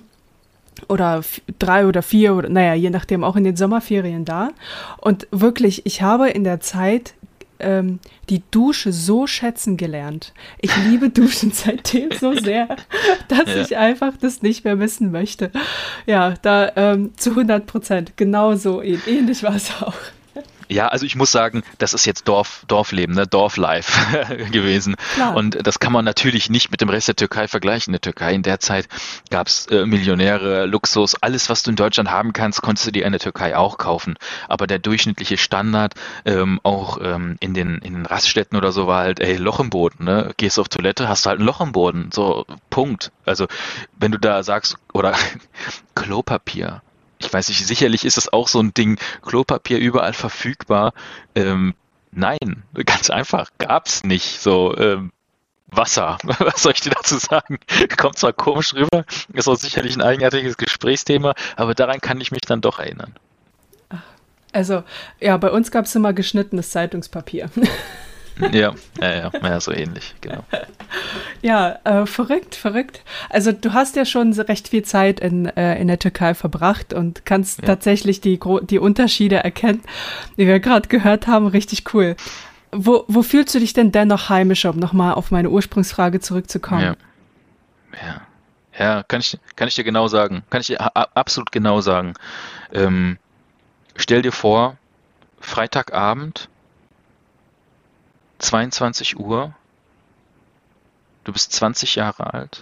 oder f- drei oder vier, oder naja, je nachdem auch in den Sommerferien da. Und wirklich, ich habe in der Zeit Ähm, die Dusche so schätzen gelernt. Ich liebe Duschen seitdem so sehr, dass ja. ich einfach das nicht mehr missen möchte. Ja, da ähm, zu hundert Prozent. Genau so ähnlich war es auch. Ja, also ich muss sagen, das ist jetzt Dorf, Dorfleben, ne? Dorflife gewesen. Klar. Und das kann man natürlich nicht mit dem Rest der Türkei vergleichen. In der Türkei in der Zeit gab es äh, Millionäre, Luxus, alles, was du in Deutschland haben kannst, konntest du dir in der Türkei auch kaufen. Aber der durchschnittliche Standard, ähm, auch ähm, in den in den Raststätten oder so, war halt, ey, Loch im Boden, ne? Gehst auf Toilette, hast du halt ein Loch im Boden. So, Punkt. Also, wenn du da sagst, oder Klopapier. Ich weiß nicht, sicherlich ist es auch so ein Ding, Klopapier überall verfügbar. Ähm, nein, ganz einfach, gab's nicht. So, ähm, Wasser, was soll ich dir dazu sagen? Kommt zwar komisch rüber, ist auch sicherlich ein eigenartiges Gesprächsthema, aber daran kann ich mich dann doch erinnern. Also, ja, bei uns gab es immer geschnittenes Zeitungspapier. Ja, ja, ja, ja, so ähnlich, genau. Ja, äh, verrückt, verrückt. Also du hast ja schon recht viel Zeit in, äh, in der Türkei verbracht und kannst ja. tatsächlich die, die Unterschiede erkennen, die wir gerade gehört haben. Richtig cool. Wo, wo fühlst du dich denn dennoch heimischer, um nochmal auf meine Ursprungsfrage zurückzukommen? Ja, ja, ja kann, ich, kann ich dir genau sagen. Kann ich dir a- absolut genau sagen. Ähm, stell dir vor, Freitagabend, zweiundzwanzig Uhr, du bist zwanzig Jahre alt,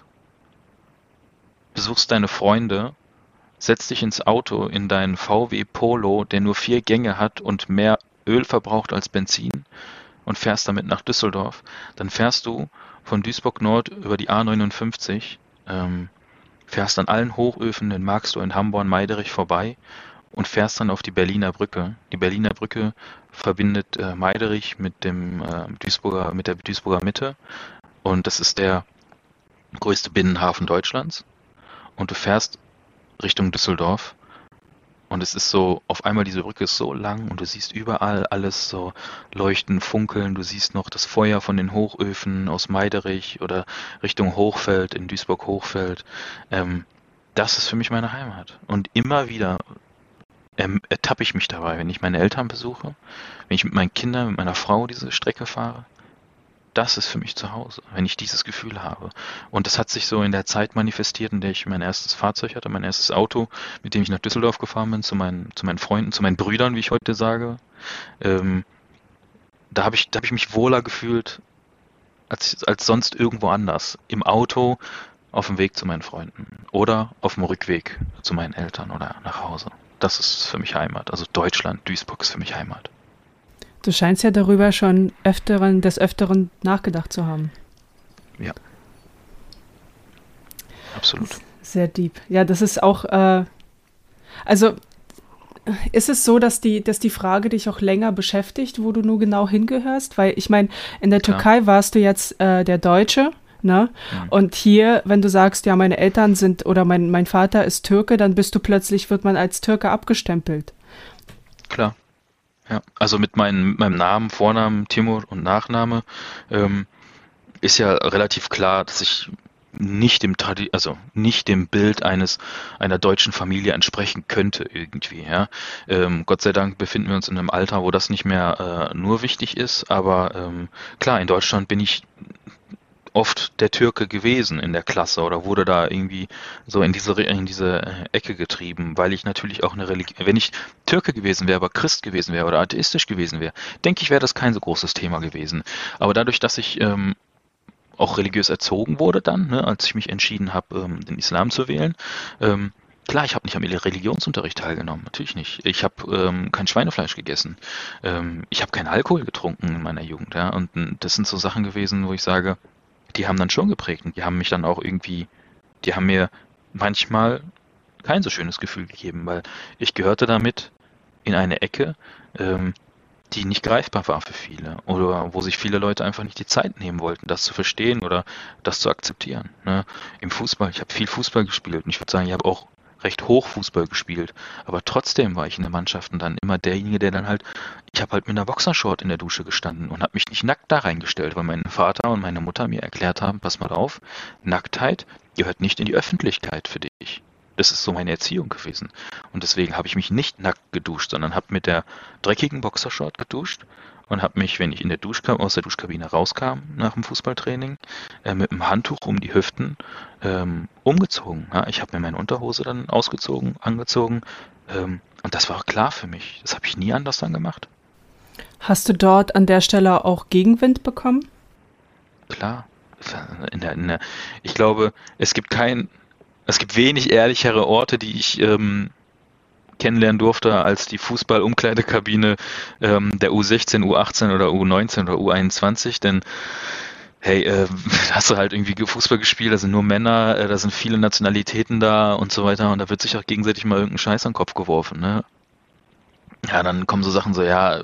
besuchst deine Freunde, setzt dich ins Auto in deinen V W Polo, der nur vier Gänge hat und mehr Öl verbraucht als Benzin und fährst damit nach Düsseldorf. Dann fährst du von Duisburg Nord über die A neunundfünfzig, ähm, fährst an allen Hochöfen in Marxloh, in Hamborn, Meiderich vorbei und fährst dann auf die Berliner Brücke. Die Berliner Brücke verbindet äh, Meiderich mit dem äh, Duisburger, mit der Duisburger Mitte und das ist der größte Binnenhafen Deutschlands. Und du fährst Richtung Düsseldorf und es ist so, auf einmal diese Brücke ist so lang und du siehst überall alles so leuchten, funkeln, du siehst noch das Feuer von den Hochöfen aus Meiderich oder Richtung Hochfeld, in Duisburg-Hochfeld. Ähm, das ist für mich meine Heimat. Und immer wieder ähm, ertappe ich mich dabei, wenn ich meine Eltern besuche, wenn ich mit meinen Kindern, mit meiner Frau diese Strecke fahre. Das ist für mich zu Hause, wenn ich dieses Gefühl habe. Und das hat sich so in der Zeit manifestiert, in der ich mein erstes Fahrzeug hatte, mein erstes Auto, mit dem ich nach Düsseldorf gefahren bin, zu meinen, zu meinen Freunden, zu meinen Brüdern, wie ich heute sage. Ähm, da habe ich, da hab ich mich wohler gefühlt als, als sonst irgendwo anders. Im Auto, auf dem Weg zu meinen Freunden oder auf dem Rückweg zu meinen Eltern oder nach Hause. Das ist für mich Heimat. Also Deutschland, Duisburg ist für mich Heimat. Du scheinst ja darüber schon öfteren, des Öfteren nachgedacht zu haben. Ja. Absolut. Sehr deep. Ja, das ist auch, äh, also ist es so, dass die, dass die Frage dich auch länger beschäftigt, wo du nur genau hingehörst? Weil ich meine, in der Klar. Türkei warst du jetzt äh, der Deutsche, ne? Mhm. Und hier, wenn du sagst, ja, meine Eltern sind oder mein, mein Vater ist Türke, dann bist du plötzlich, wird man als Türke abgestempelt. Klar. Ja, also mit meinem, meinem Namen, Vornamen, Timur und Nachname ähm, ist ja relativ klar, dass ich nicht dem Tradi also nicht dem Bild eines einer deutschen Familie entsprechen könnte irgendwie, ja. Ähm, Gott sei Dank befinden wir uns in einem Alter, wo das nicht mehr äh, nur wichtig ist, aber ähm, klar, in Deutschland bin ich oft der Türke gewesen in der Klasse oder wurde da irgendwie so in diese Re- in diese äh, Ecke getrieben, weil ich natürlich auch eine Religion, wenn ich Türke gewesen wäre, aber Christ gewesen wäre oder atheistisch gewesen wäre, denke ich, wäre das kein so großes Thema gewesen. Aber dadurch, dass ich ähm, auch religiös erzogen wurde dann, ne, als ich mich entschieden habe, ähm, den Islam zu wählen. Ähm, klar, ich habe nicht am Religionsunterricht teilgenommen, natürlich nicht. Ich habe ähm, kein Schweinefleisch gegessen. Ähm, ich habe keinen Alkohol getrunken in meiner Jugend. Ja, und ähm, das sind so Sachen gewesen, wo ich sage, die haben dann schon geprägt und die haben mich dann auch irgendwie, die haben mir manchmal kein so schönes Gefühl gegeben, weil ich gehörte damit in eine Ecke, ähm, die nicht greifbar war für viele oder wo sich viele Leute einfach nicht die Zeit nehmen wollten, das zu verstehen oder das zu akzeptieren. Ne? Im Fußball, ich habe viel Fußball gespielt und ich würde sagen, ich habe auch recht hoch Fußball gespielt, aber trotzdem war ich in den Mannschaften dann immer derjenige, der dann halt, ich habe halt mit einer Boxershort in der Dusche gestanden und habe mich nicht nackt da reingestellt, weil mein Vater und meine Mutter mir erklärt haben, pass mal auf, Nacktheit gehört nicht in die Öffentlichkeit für dich. Das ist so meine Erziehung gewesen. Und deswegen habe ich mich nicht nackt geduscht, sondern habe mit der dreckigen Boxershort geduscht und habe mich, wenn ich in der Duschka aus der Duschkabine rauskam nach dem Fußballtraining, äh, mit einem Handtuch um die Hüften ähm, umgezogen. Ja, ich habe mir meine Unterhose dann ausgezogen, angezogen ähm, und das war auch klar für mich. Das habe ich nie anders dann gemacht. Hast du dort an der Stelle auch Gegenwind bekommen? Klar. In der, in der, ich glaube, es gibt kein Es gibt wenig ehrlichere Orte, die ich ähm, kennenlernen durfte, als die Fußball-Umkleidekabine ähm, der U sechzehn, U achtzehn oder U neunzehn oder U einundzwanzig, denn hey, äh, da hast du halt irgendwie Fußball gespielt, da sind nur Männer, äh, da sind viele Nationalitäten da und so weiter und da wird sich auch gegenseitig mal irgendein Scheiß an den Kopf geworfen, ne? Ja, dann kommen so Sachen so, ja,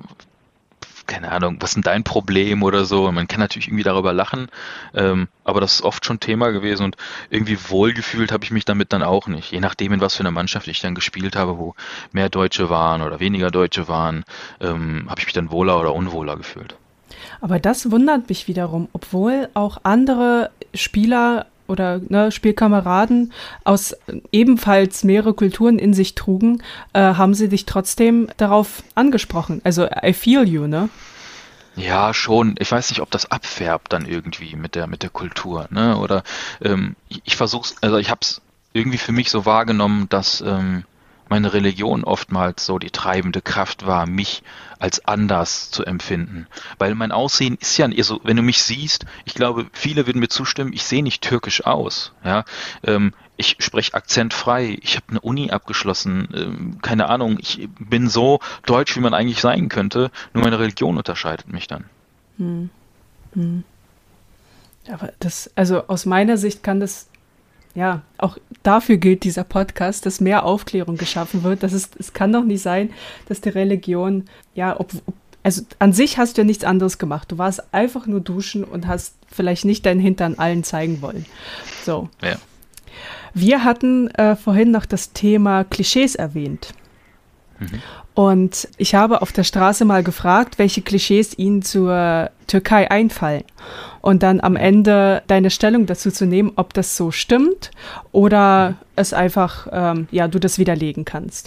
keine Ahnung, was ist denn dein Problem oder so? Und man kann natürlich irgendwie darüber lachen, ähm, aber das ist oft schon Thema gewesen und irgendwie wohlgefühlt habe ich mich damit dann auch nicht. Je nachdem, in was für einer Mannschaft ich dann gespielt habe, wo mehr Deutsche waren oder weniger Deutsche waren, ähm, habe ich mich dann wohler oder unwohler gefühlt. Aber das wundert mich wiederum, obwohl auch andere Spieler oder ne, Spielkameraden aus ebenfalls mehrere Kulturen in sich trugen, äh, haben sie dich trotzdem darauf angesprochen. Also I feel you, ne? Ja, schon. Ich weiß nicht, ob das abfärbt dann irgendwie mit der mit der Kultur, ne? Oder ähm, ich, ich versuch's, also ich habe es irgendwie für mich so wahrgenommen, dass ähm, meine Religion oftmals so die treibende Kraft war, mich als anders zu empfinden. Weil mein Aussehen ist ja, also wenn du mich siehst, ich glaube, viele würden mir zustimmen, ich sehe nicht türkisch aus. Ja, ähm, ich spreche akzentfrei, ich habe eine Uni abgeschlossen, ähm, keine Ahnung, ich bin so deutsch, wie man eigentlich sein könnte, nur meine Religion unterscheidet mich dann. Hm. Hm. Aber das, also aus meiner Sicht kann das ja, auch dafür gilt dieser Podcast, dass mehr Aufklärung geschaffen wird. Das ist, es kann doch nicht sein, dass die Religion, ja, ob, ob, also an sich hast du ja nichts anderes gemacht. Du warst einfach nur duschen und hast vielleicht nicht deinen Hintern allen zeigen wollen. So. Ja. Wir hatten äh, vorhin noch das Thema Klischees erwähnt. Mhm. Und ich habe auf der Straße mal gefragt, welche Klischees Ihnen zur Türkei einfallen. Und dann am Ende deine Stellung dazu zu nehmen, ob das so stimmt oder es einfach, ähm, ja, du das widerlegen kannst.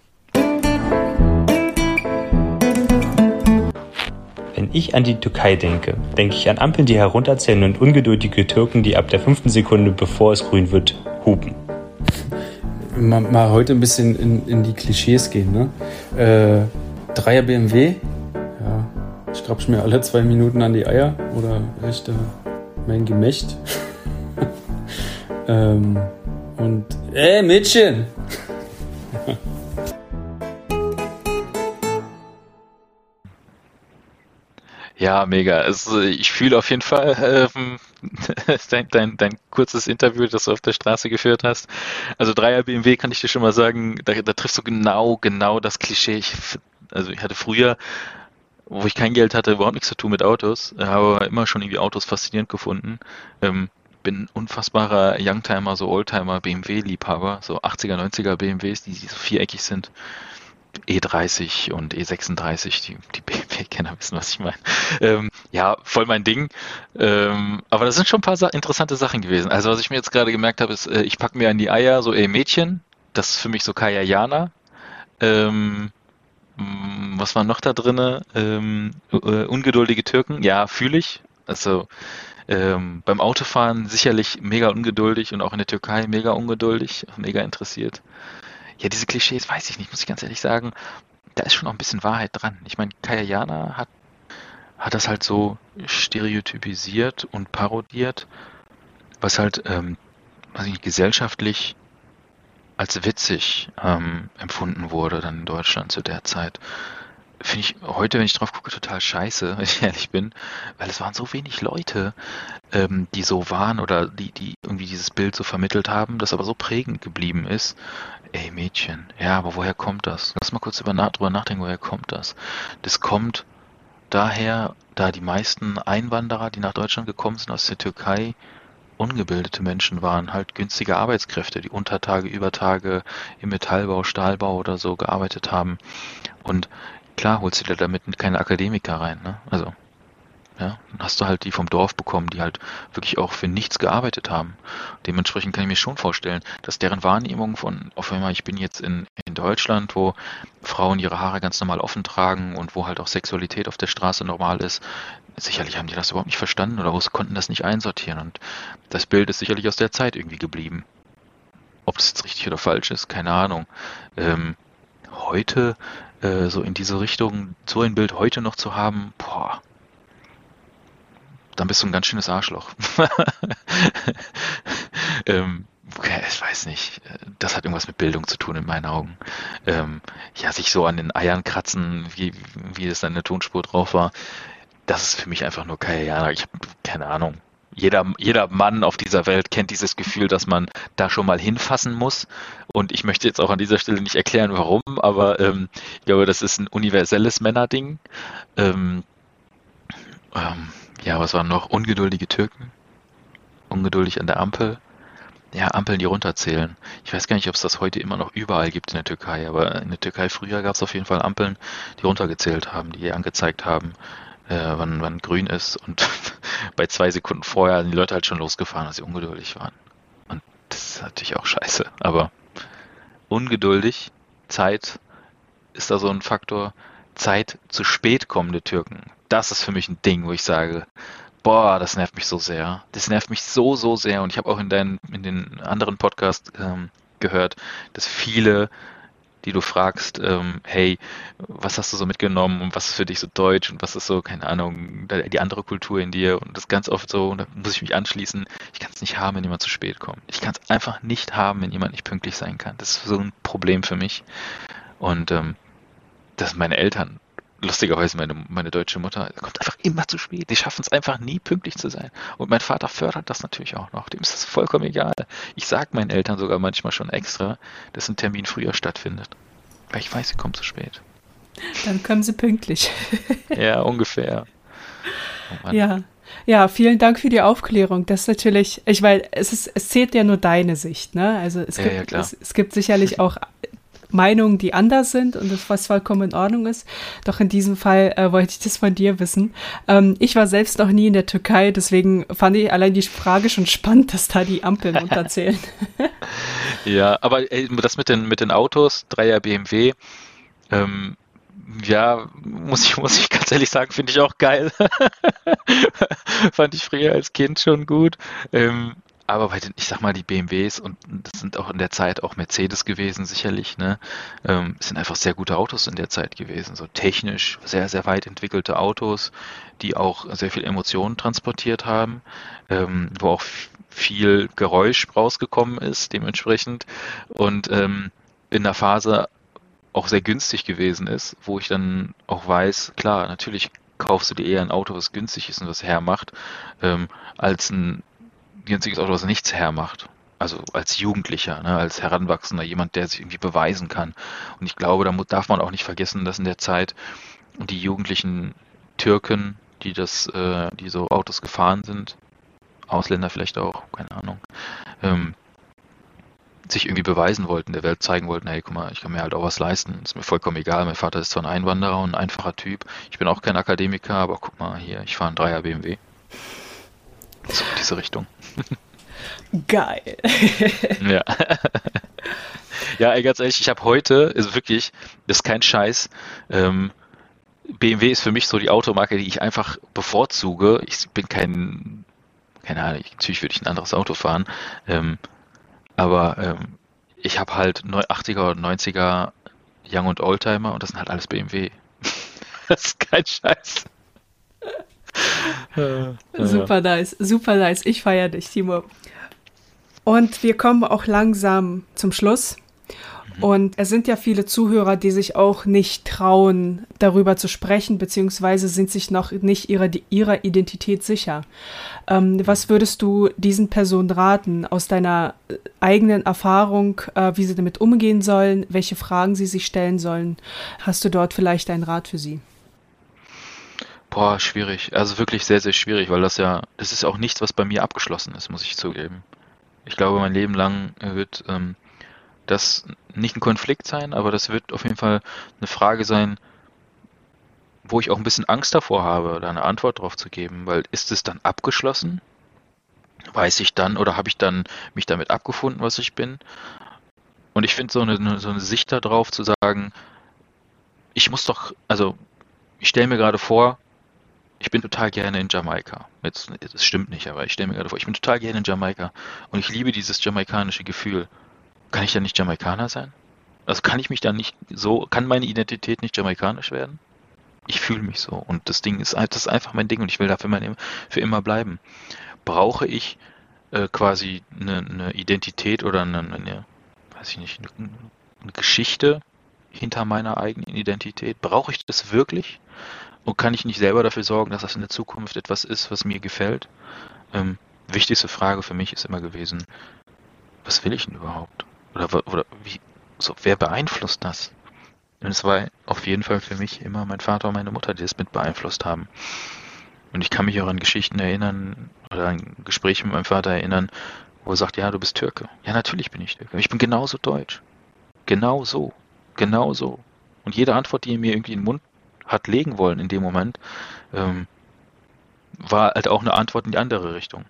Wenn ich an die Türkei denke, denke ich an Ampeln, die herunterzählen und ungeduldige Türken, die ab der fünften Sekunde, bevor es grün wird, hupen. Mal, mal heute ein bisschen in, in die Klischees gehen, ne? Äh, Dreier B M W, ja, ich grapsch mir alle zwei Minuten an die Eier oder richte mein Gemächt. ähm, und, ey Mädchen! Ja, mega. Also ich fühle auf jeden Fall ähm, dein, dein, dein kurzes Interview, das du auf der Straße geführt hast. Also Dreier B M W kann ich dir schon mal sagen, da, da triffst du genau, genau das Klischee. Ich, also ich hatte früher, wo ich kein Geld hatte, überhaupt nichts zu tun mit Autos, habe immer schon irgendwie Autos faszinierend gefunden. Ähm, bin ein unfassbarer Youngtimer, so Oldtimer, B M W-Liebhaber, so achtziger, neunziger B M Ws, die so viereckig sind. E dreißig und E sechsunddreißig, die, die B M W-Kenner wissen, was ich meine. Ähm, ja, voll mein Ding. Ähm, aber das sind schon ein paar sa- interessante Sachen gewesen. Also was ich mir jetzt gerade gemerkt habe, ist, äh, ich packe mir an die Eier so, ey Mädchen, das ist für mich so Kaya Jana. Ähm, mh, was war noch da drinne? Ähm, äh, ungeduldige Türken, ja, fühle ich. Also ähm, beim Autofahren sicherlich mega ungeduldig und auch in der Türkei mega ungeduldig, mega interessiert. Ja, diese Klischees weiß ich nicht, muss ich ganz ehrlich sagen. Da ist schon auch ein bisschen Wahrheit dran. Ich meine, Kaya Jana hat, hat das halt so stereotypisiert und parodiert, was halt, ähm, weiß ich nicht, gesellschaftlich als witzig ähm, empfunden wurde dann in Deutschland zu der Zeit. Finde ich heute, wenn ich drauf gucke, total scheiße, wenn ich ehrlich bin, weil es waren so wenig Leute, ähm, die so waren oder die, die irgendwie dieses Bild so vermittelt haben, das aber so prägend geblieben ist. Ey Mädchen, ja, aber woher kommt das? Lass mal kurz über, nach, drüber nachdenken, woher kommt das? Das kommt daher, da die meisten Einwanderer, die nach Deutschland gekommen sind aus der Türkei, ungebildete Menschen waren, halt günstige Arbeitskräfte, die Untertage, Übertage im Metallbau, Stahlbau oder so gearbeitet haben. Und klar holst du dir damit keine Akademiker rein, ne? Also, ja, dann hast du halt die vom Dorf bekommen, die halt wirklich auch für nichts gearbeitet haben. Dementsprechend kann ich mir schon vorstellen, dass deren Wahrnehmung von, auf einmal, ich bin jetzt in, in Deutschland, wo Frauen ihre Haare ganz normal offen tragen und wo halt auch Sexualität auf der Straße normal ist, sicherlich haben die das überhaupt nicht verstanden oder konnten das nicht einsortieren. Und das Bild ist sicherlich aus der Zeit irgendwie geblieben. Ob das jetzt richtig oder falsch ist, keine Ahnung. Ähm, heute äh, so in diese Richtung, so ein Bild heute noch zu haben, boah, dann bist du ein ganz schönes Arschloch. ähm, okay, ich weiß nicht. Das hat irgendwas mit Bildung zu tun in meinen Augen. Ähm, ja, sich so an den Eiern kratzen, wie, wie es dann in der Tonspur drauf war, das ist für mich einfach nur Kaya Jana. Ich habe keine Ahnung. Jeder, jeder Mann auf dieser Welt kennt dieses Gefühl, dass man da schon mal hinfassen muss. Und ich möchte jetzt auch an dieser Stelle nicht erklären, warum, aber ähm, ich glaube, das ist ein universelles Männerding. Ähm, ähm, ja, was waren noch? Ungeduldige Türken. Ungeduldig an der Ampel. Ja, Ampeln, die runterzählen. Ich weiß gar nicht, ob es das heute immer noch überall gibt in der Türkei, aber in der Türkei früher gab es auf jeden Fall Ampeln, die runtergezählt haben, die angezeigt haben, äh, wann, wann grün ist. Und bei zwei Sekunden vorher sind die Leute halt schon losgefahren, weil sie ungeduldig waren. Und das ist natürlich auch scheiße. Aber ungeduldig, Zeit ist da so ein Faktor. Zeit zu spät kommende Türken. Das ist für mich ein Ding, wo ich sage, boah, das nervt mich so sehr. Das nervt mich so, so sehr. Und ich habe auch in, deinen, in den anderen Podcasts ähm, gehört, dass viele, die du fragst, ähm, hey, was hast du so mitgenommen und was ist für dich so deutsch und was ist so, keine Ahnung, die andere Kultur in dir und das ganz oft so, und da muss ich mich anschließen, ich kann es nicht haben, wenn jemand zu spät kommt. Ich kann es einfach nicht haben, wenn jemand nicht pünktlich sein kann. Das ist so ein Problem für mich. Und ähm, dass meine Eltern, lustigerweise meine, meine deutsche Mutter, kommt einfach immer zu spät. Die schaffen es einfach nie, pünktlich zu sein. Und mein Vater fördert das natürlich auch noch. Dem ist das vollkommen egal. Ich sage meinen Eltern sogar manchmal schon extra, dass ein Termin früher stattfindet. Weil ich weiß, sie kommen zu spät. Dann kommen sie pünktlich. Ja, ungefähr. Oh ja. Ja, vielen Dank für die Aufklärung. Das ist natürlich, ich weil es ist, es zählt ja nur deine Sicht, ne? Also es Ja, gibt, ja, klar. es, es gibt sicherlich auch Meinungen, die anders sind und das, was vollkommen in Ordnung ist. Doch in diesem Fall äh, wollte ich das von dir wissen. Ähm, ich war selbst noch nie in der Türkei, deswegen fand ich allein die Frage schon spannend, dass da die Ampeln runterzählen. Ja, aber ey, das mit den, mit den Autos, Dreier B M W, ähm, ja, muss ich, muss ich ganz ehrlich sagen, finde ich auch geil. Fand ich früher als Kind schon gut. Ähm, Aber bei den, ich sag mal, die B M Ws und das sind auch in der Zeit auch Mercedes gewesen, sicherlich, ne? Ähm, sind einfach sehr gute Autos in der Zeit gewesen. So technisch sehr, sehr weit entwickelte Autos, die auch sehr viel Emotionen transportiert haben, ähm, wo auch f- viel Geräusch rausgekommen ist, dementsprechend. Und ähm, in der Phase auch sehr günstig gewesen ist, wo ich dann auch weiß, klar, natürlich kaufst du dir eher ein Auto, was günstig ist und was hermacht, ähm, als ein günstiges Auto, was nichts hermacht. Also als Jugendlicher, ne, als Heranwachsender, jemand, der sich irgendwie beweisen kann. Und ich glaube, da mu- darf man auch nicht vergessen, dass in der Zeit die jugendlichen Türken, die das, äh, die so Autos gefahren sind, Ausländer vielleicht auch, keine Ahnung, ähm, sich irgendwie beweisen wollten, der Welt zeigen wollten, hey, guck mal, ich kann mir halt auch was leisten, ist mir vollkommen egal, mein Vater ist zwar ein Einwanderer und ein einfacher Typ, ich bin auch kein Akademiker, aber guck mal hier, ich fahre einen Dreier B M W. So in diese Richtung. Geil. Ja. Ja, ey, ganz ehrlich, ich habe heute, also wirklich, das ist kein Scheiß, ähm, B M W ist für mich so die Automarke, die ich einfach bevorzuge. Ich bin kein, keine Ahnung, natürlich würde ich ein anderes Auto fahren, ähm, aber ähm, ich habe halt achtziger und neunziger Young- und Oldtimer und das sind halt alles B M W. Das ist kein Scheiß. Super nice, super nice. Ich feiere dich, Timo. Und wir kommen auch langsam zum Schluss. Und es sind ja viele Zuhörer, die sich auch nicht trauen, darüber zu sprechen, beziehungsweise sind sich noch nicht ihrer, ihrer Identität sicher. Ähm, was würdest du diesen Personen raten, aus deiner eigenen Erfahrung, äh, wie sie damit umgehen sollen, welche Fragen sie sich stellen sollen? Hast du dort vielleicht einen Rat für sie? Boah, schwierig. Also wirklich sehr, sehr schwierig, weil das ja, das ist auch nichts, was bei mir abgeschlossen ist, muss ich zugeben. Ich glaube, mein Leben lang wird ähm, das nicht ein Konflikt sein, aber das wird auf jeden Fall eine Frage sein, wo ich auch ein bisschen Angst davor habe, da eine Antwort drauf zu geben, weil ist es dann abgeschlossen? Weiß ich dann oder habe ich dann mich damit abgefunden, was ich bin? Und ich finde so eine, so eine Sicht darauf zu sagen, ich muss doch, also ich stelle mir gerade vor, ich bin total gerne in Jamaika. Jetzt, das stimmt nicht, aber ich stelle mir gerade vor, ich bin total gerne in Jamaika und ich liebe dieses jamaikanische Gefühl. Kann ich dann nicht Jamaikaner sein? Also kann ich mich dann nicht so, kann meine Identität nicht jamaikanisch werden? Ich fühle mich so und das Ding ist, das ist einfach mein Ding und ich will dafür mein, für immer bleiben. Brauche ich äh, quasi eine, eine Identität oder eine, eine, weiß ich nicht, eine, eine Geschichte hinter meiner eigenen Identität? Brauche ich das wirklich? Und kann ich nicht selber dafür sorgen, dass das in der Zukunft etwas ist, was mir gefällt? Ähm, wichtigste Frage für mich ist immer gewesen, was will ich denn überhaupt? Oder, oder wie, so, wer beeinflusst das? Und es war auf jeden Fall für mich immer mein Vater und meine Mutter, die das mit beeinflusst haben. Und ich kann mich auch an Geschichten erinnern oder an Gespräche mit meinem Vater erinnern, wo er sagt, ja, du bist Türke. Ja, natürlich bin ich Türke. Ich bin genauso deutsch. Genau so. Genau so. Und jede Antwort, die er mir irgendwie in den Mund hat legen wollen in dem Moment, ähm, war halt auch eine Antwort in die andere Richtung.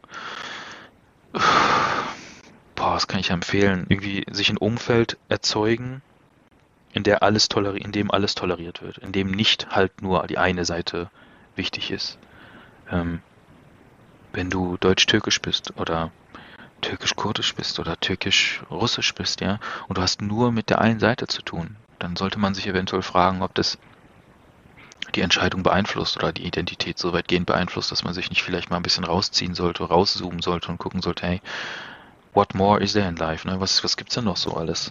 Boah, was kann ich empfehlen? Irgendwie sich ein Umfeld erzeugen, in der alles toleriert, in dem alles toleriert wird, in dem nicht halt nur die eine Seite wichtig ist. Ähm, wenn du deutsch-türkisch bist oder türkisch-kurdisch bist oder türkisch-russisch bist, ja, und du hast nur mit der einen Seite zu tun, dann sollte man sich eventuell fragen, ob das die Entscheidung beeinflusst oder die Identität so weitgehend beeinflusst, dass man sich nicht vielleicht mal ein bisschen rausziehen sollte, rauszoomen sollte und gucken sollte, hey, what more is there in life? Ne? Was, was gibt's denn noch so alles?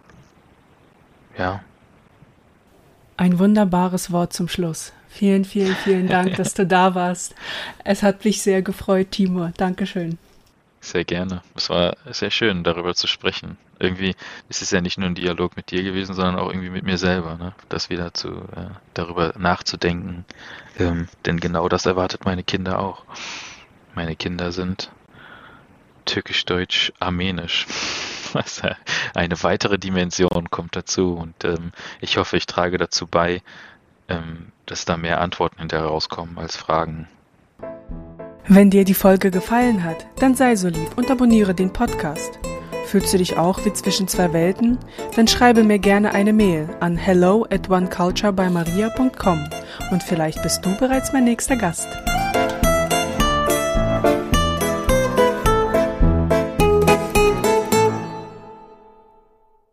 Ja. Ein wunderbares Wort zum Schluss. Vielen, vielen, vielen Dank, dass du da warst. Es hat mich sehr gefreut, Timo. Dankeschön. Sehr gerne. Es war sehr schön, darüber zu sprechen. Irgendwie ist es ja nicht nur ein Dialog mit dir gewesen, sondern auch irgendwie mit mir selber, ne? Das wieder zu, äh, darüber nachzudenken. Ähm, denn genau das erwartet meine Kinder auch. Meine Kinder sind türkisch-deutsch-armenisch. Also eine weitere Dimension kommt dazu und ähm, ich hoffe, ich trage dazu bei, ähm, dass da mehr Antworten hinterher rauskommen als Fragen. Wenn dir die Folge gefallen hat, dann sei so lieb und abonniere den Podcast. Fühlst du dich auch wie zwischen zwei Welten? Dann schreibe mir gerne eine Mail an hello at one culture by maria dot com und vielleicht bist du bereits mein nächster Gast.